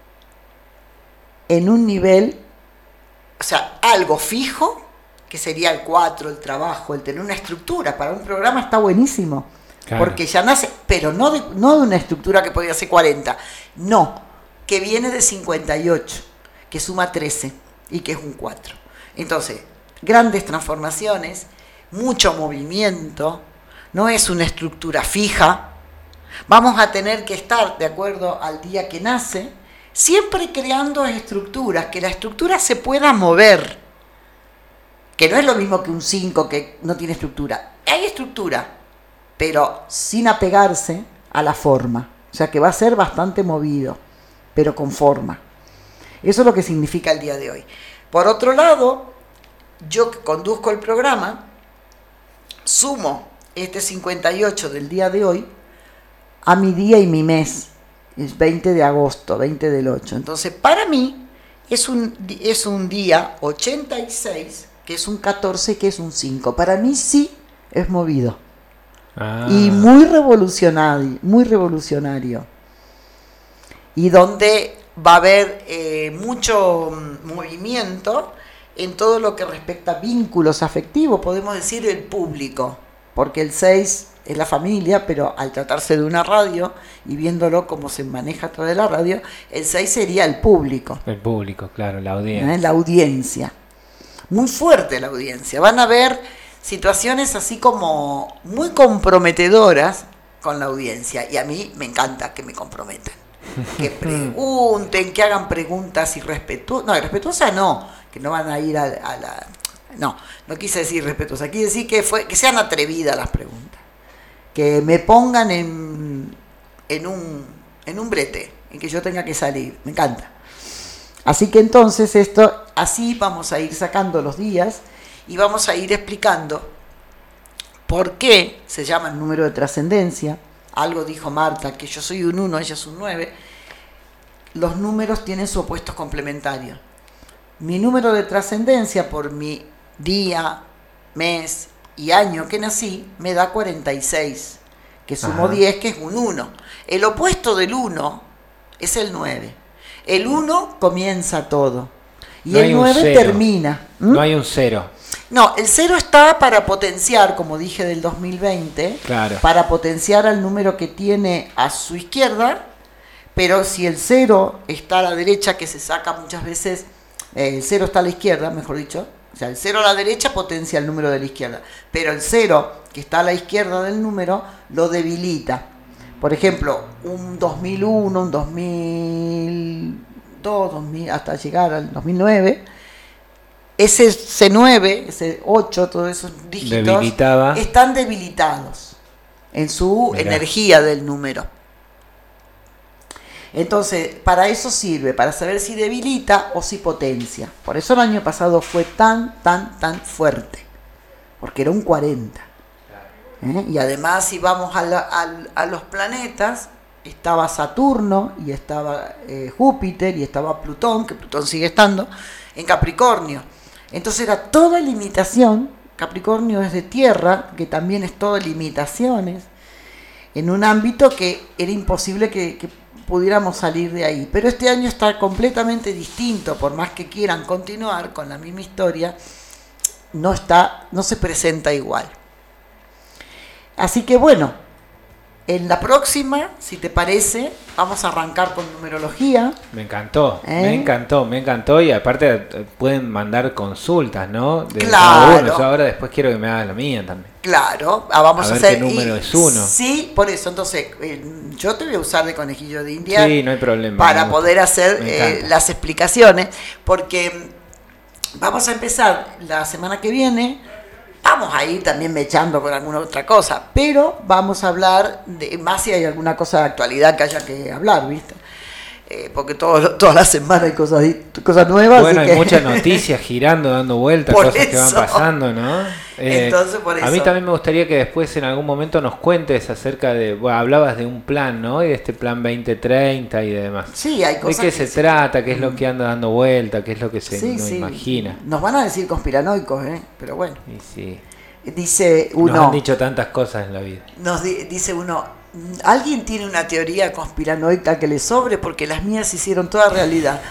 en un nivel, o sea, algo fijo, que sería el cuatro, el trabajo, el tener una estructura. Para un programa está buenísimo, claro, porque ya nace, pero no de, no de una estructura que podría ser cuarenta, no, que viene de cincuenta y ocho, que suma trece y que es un cuatro. Entonces, grandes transformaciones, mucho movimiento, no es una estructura fija. Vamos a tener que estar, de acuerdo al día que nace, siempre creando estructuras, que la estructura se pueda mover, que no es lo mismo que un cinco que no tiene estructura. Hay estructura, pero sin apegarse a la forma, o sea que va a ser bastante movido, pero con forma. Eso es lo que significa el día de hoy. Por otro lado, yo que conduzco el programa, sumo este cincuenta y ocho del día de hoy a mi día y mi mes. Es veinte de agosto, veinte del ocho. Entonces, para mí, es un, es un día ochenta y seis, que es un catorce, que es un cinco. Para mí sí es movido. Ah. Y muy revolucionario, muy revolucionario. Y donde va a haber eh, mucho movimiento en todo lo que respecta a vínculos afectivos, podemos decir el público, porque el seis es la familia, pero al tratarse de una radio y viéndolo cómo se maneja a través de la radio, el seis sería el público. El público, claro, la audiencia. ¿Eh? La audiencia. Muy fuerte la audiencia. Van a haber situaciones así como muy comprometedoras con la audiencia, y a mí me encanta que me comprometan. Que pregunten, que hagan preguntas irrespetuosas, no, irrespetuosas no, que no van a ir a, a la, no, no quise decir irrespetuosas, quise decir que fue, que sean atrevidas las preguntas, que me pongan en, en un, en un brete, en que yo tenga que salir, me encanta. Así que entonces esto, así vamos a ir sacando los días y vamos a ir explicando por qué se llama el número de trascendencia. Algo dijo Marta, que yo soy un uno, ella es un nueve. Los números tienen su opuesto complementario. Mi número de trascendencia por mi día, mes y año que nací me da cuarenta y seis, que sumo Ajá. diez, que es un uno. El opuesto del uno es el nueve. El uno comienza todo y no el nueve termina. ¿Mm? No hay un cero. No, el cero está para potenciar, como dije, del dos mil veinte, claro, para potenciar al número que tiene a su izquierda, pero si el cero está a la derecha, que se saca muchas veces, eh, el cero está a la izquierda, mejor dicho, o sea, el cero a la derecha potencia el número de la izquierda, pero el cero que está a la izquierda del número lo debilita. Por ejemplo, un dos mil uno, un dos mil dos, dos mil, hasta llegar al dos mil nueve... Ese C nueve, ese ocho, todos esos dígitos Debilitaba. están debilitados en su Mirá. energía del número. Entonces, para eso sirve, para saber si debilita o si potencia. Por eso el año pasado fue tan, tan, tan fuerte, porque era un cuarenta. ¿eh? Y además, si vamos a, la, a, a los planetas, estaba Saturno y estaba eh, Júpiter y estaba Plutón, que Plutón sigue estando, en Capricornio. Entonces era toda limitación. Capricornio es de tierra, que también es todo limitaciones, en un ámbito que era imposible que, que pudiéramos salir de ahí. Pero este año está completamente distinto, por más que quieran continuar con la misma historia, no está, no se presenta igual. Así que bueno, en la próxima, si te parece, vamos a arrancar con numerología. Me encantó, ¿Eh? me encantó, me encantó. Y aparte pueden mandar consultas, ¿no? De claro. cada uno. Yo ahora después quiero que me haga la mía también. Claro, ah, vamos a, a ver hacer. qué número y, es uno. Sí, por eso. Entonces, eh, yo te voy a usar de conejillo de India. Sí, no hay problema. Para poder hacer eh, las explicaciones. Porque vamos a empezar la semana que viene. Vamos a ir también mechando con alguna otra cosa, pero vamos a hablar de más si hay alguna cosa de actualidad que haya que hablar, ¿viste? Eh, porque todo, todas las semanas hay cosas, cosas nuevas. Bueno, hay que... muchas noticias girando, dando vueltas, por cosas eso. que van pasando, ¿no? Eh, Entonces, por eso. A mí también me gustaría que después en algún momento nos cuentes acerca de, bueno, hablabas de un plan, ¿no? Y de este plan veinte treinta y demás. Sí, hay cosas. ¿De qué que se sí. trata? ¿Qué es lo que anda dando vuelta? ¿Qué es lo que se sí, no sí. imagina? Nos van a decir conspiranoicos, ¿eh? Pero bueno. Y sí. Dice uno. Nos han dicho tantas cosas en la vida. Nos di, dice uno. ¿Alguien tiene una teoría conspiranoica que le sobre? Porque las mías se hicieron toda realidad.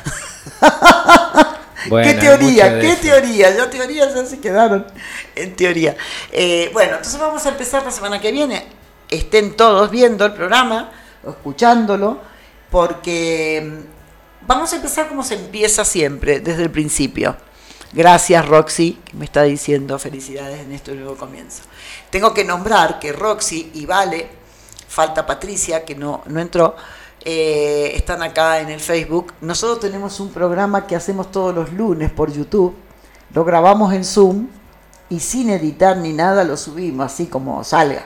Bueno, ¿Qué teoría? ¿Qué eso. teoría? Ya teorías ya se quedaron en teoría. Eh, bueno, entonces vamos a empezar la semana que viene. Estén todos viendo el programa, o escuchándolo, porque vamos a empezar como se empieza siempre, desde el principio. Gracias, Roxy, que me está diciendo felicidades en este nuevo comienzo. Tengo que nombrar que Roxy y Vale, falta Patricia, que no, no entró, eh, están acá en el Facebook. Nosotros tenemos un programa que hacemos todos los lunes por YouTube, lo grabamos en Zoom y sin editar ni nada lo subimos, así como salga.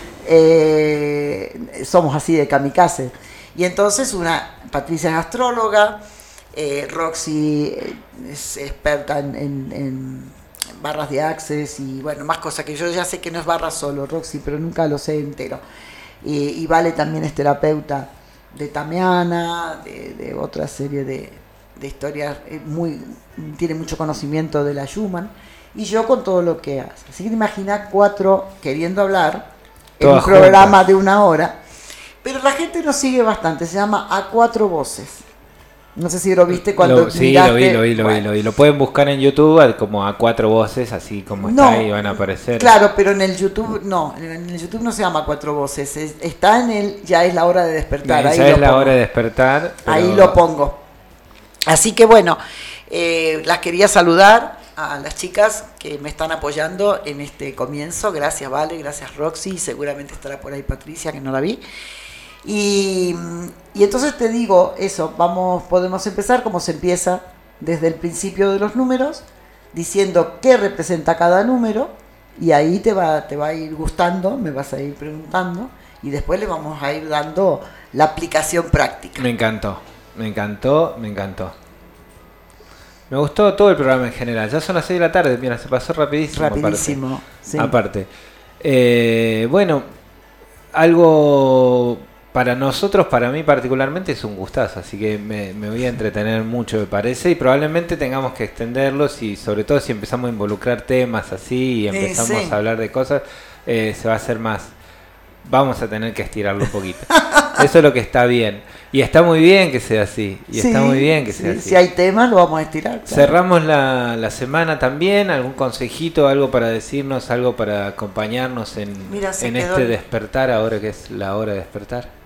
Eh, somos así de kamikaze. Y entonces una, Patricia es astróloga, Eh, Roxy es experta en, en, en barras de Access y bueno, más cosas que yo ya sé que no es barra solo, Roxy, pero nunca lo sé entero. Y, y Vale también es terapeuta de Tamiana, de, de otra serie de, de historias, muy, tiene mucho conocimiento de la Schumann, y yo con todo lo que hace. Así que te imaginas cuatro queriendo hablar en un programa juntas de una hora, pero la gente nos sigue bastante, se llama A Cuatro Voces. No sé si lo viste cuando lo, sí, miraste. lo vi, lo vi, lo bueno. vi, lo vi. Lo pueden buscar en YouTube como A Cuatro Voces, así como no, está y van a aparecer. Claro, pero en el YouTube no, en el YouTube no se llama Cuatro Voces, es, está en el Ya es la hora de despertar. Ya ahí es lo la pongo. hora de despertar. Pero... Ahí lo pongo. Así que bueno, eh, las quería saludar a las chicas que me están apoyando en este comienzo. Gracias, Vale, gracias, Roxy, seguramente estará por ahí Patricia, que no la vi. Y, y entonces te digo eso, vamos, podemos empezar como se empieza desde el principio de los números, diciendo qué representa cada número, y ahí te va, te va a ir gustando, me vas a ir preguntando, y después le vamos a ir dando la aplicación práctica. Me encantó, me encantó, me encantó. Me gustó todo el programa en general. Ya son las seis de la tarde, mira, se pasó rapidísimo. Rapidísimo, aparte. sí. Aparte. Eh, bueno, algo... Para nosotros, para mí particularmente, es un gustazo, así que me, me voy a entretener mucho, me parece, y probablemente tengamos que extenderlos, y sobre todo si empezamos a involucrar temas así y empezamos eh, sí. a hablar de cosas, eh, se va a hacer más. Vamos a tener que estirarlo un poquito. Eso es lo que está bien. Y está muy bien que sea así. Y sí, está muy bien que sí, sea así. Si hay temas, lo vamos a estirar. Claro. Cerramos la, la semana también. ¿Algún consejito, algo para decirnos, algo para acompañarnos en, Mira, en quedó... este despertar, ahora que es la hora de despertar?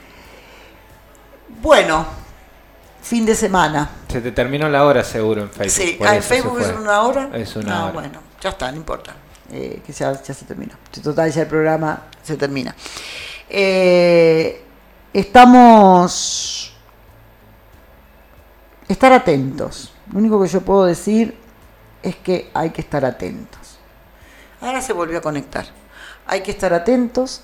Bueno, fin de semana. Se te terminó la hora seguro en Facebook. Sí, por en eso Facebook se es fue. una hora. Es una ah, hora. Bueno, ya está, no importa. Eh, que ya, ya se terminó. Total, ya el programa se termina. Eh, estamos... Estar atentos. Lo único que yo puedo decir es que hay que estar atentos. Ahora se volvió a conectar. Hay que estar atentos.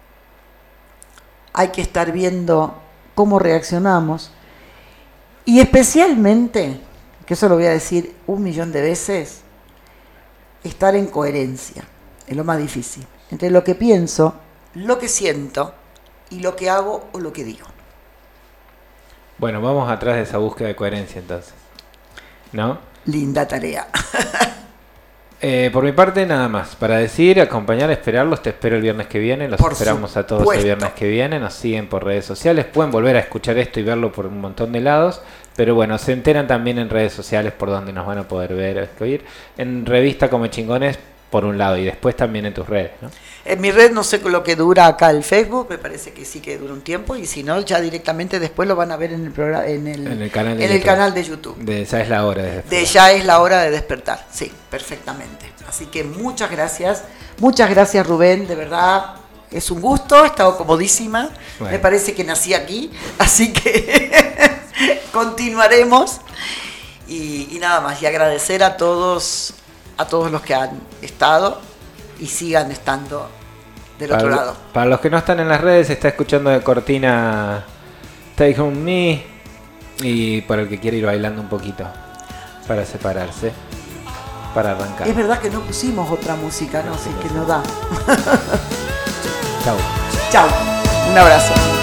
Hay que estar viendo cómo reaccionamos. Y especialmente, que eso lo voy a decir un millón de veces, estar en coherencia. Es lo más difícil. entre lo que pienso, lo que siento y lo que hago o lo que digo. Bueno, vamos atrás de esa búsqueda de coherencia entonces, ¿no? Linda tarea. Eh, por mi parte nada más, para decir, acompañar, esperarlos, te espero el viernes que viene, los por esperamos a todos supuesto. el viernes que viene, nos siguen por redes sociales, pueden volver a escuchar esto y verlo por un montón de lados, pero bueno, se enteran también en redes sociales por donde nos van a poder ver o oír, en Revista Come Chingones por un lado y después también en tus redes, ¿no? En mi red no sé lo que dura acá el Facebook, me parece que sí que dura un tiempo, y si no, ya directamente después lo van a ver en el programa, en el, en el canal de en YouTube. el canal de YouTube. De ya es la hora de despertar. De ya es la hora de despertar, sí, perfectamente. Así que muchas gracias, muchas gracias Rubén, de verdad, es un gusto, he estado comodísima, bueno. Me parece que nací aquí, así que continuaremos, y, y nada más, y agradecer a todos, a todos los que han estado y sigan estando del para, otro lado. Para los que no están en las redes, está escuchando de cortina Take On Me, y para el que quiere ir bailando un poquito para separarse, para arrancar. Es verdad que no pusimos otra música, no, así que no da. Chau. Chau, un abrazo.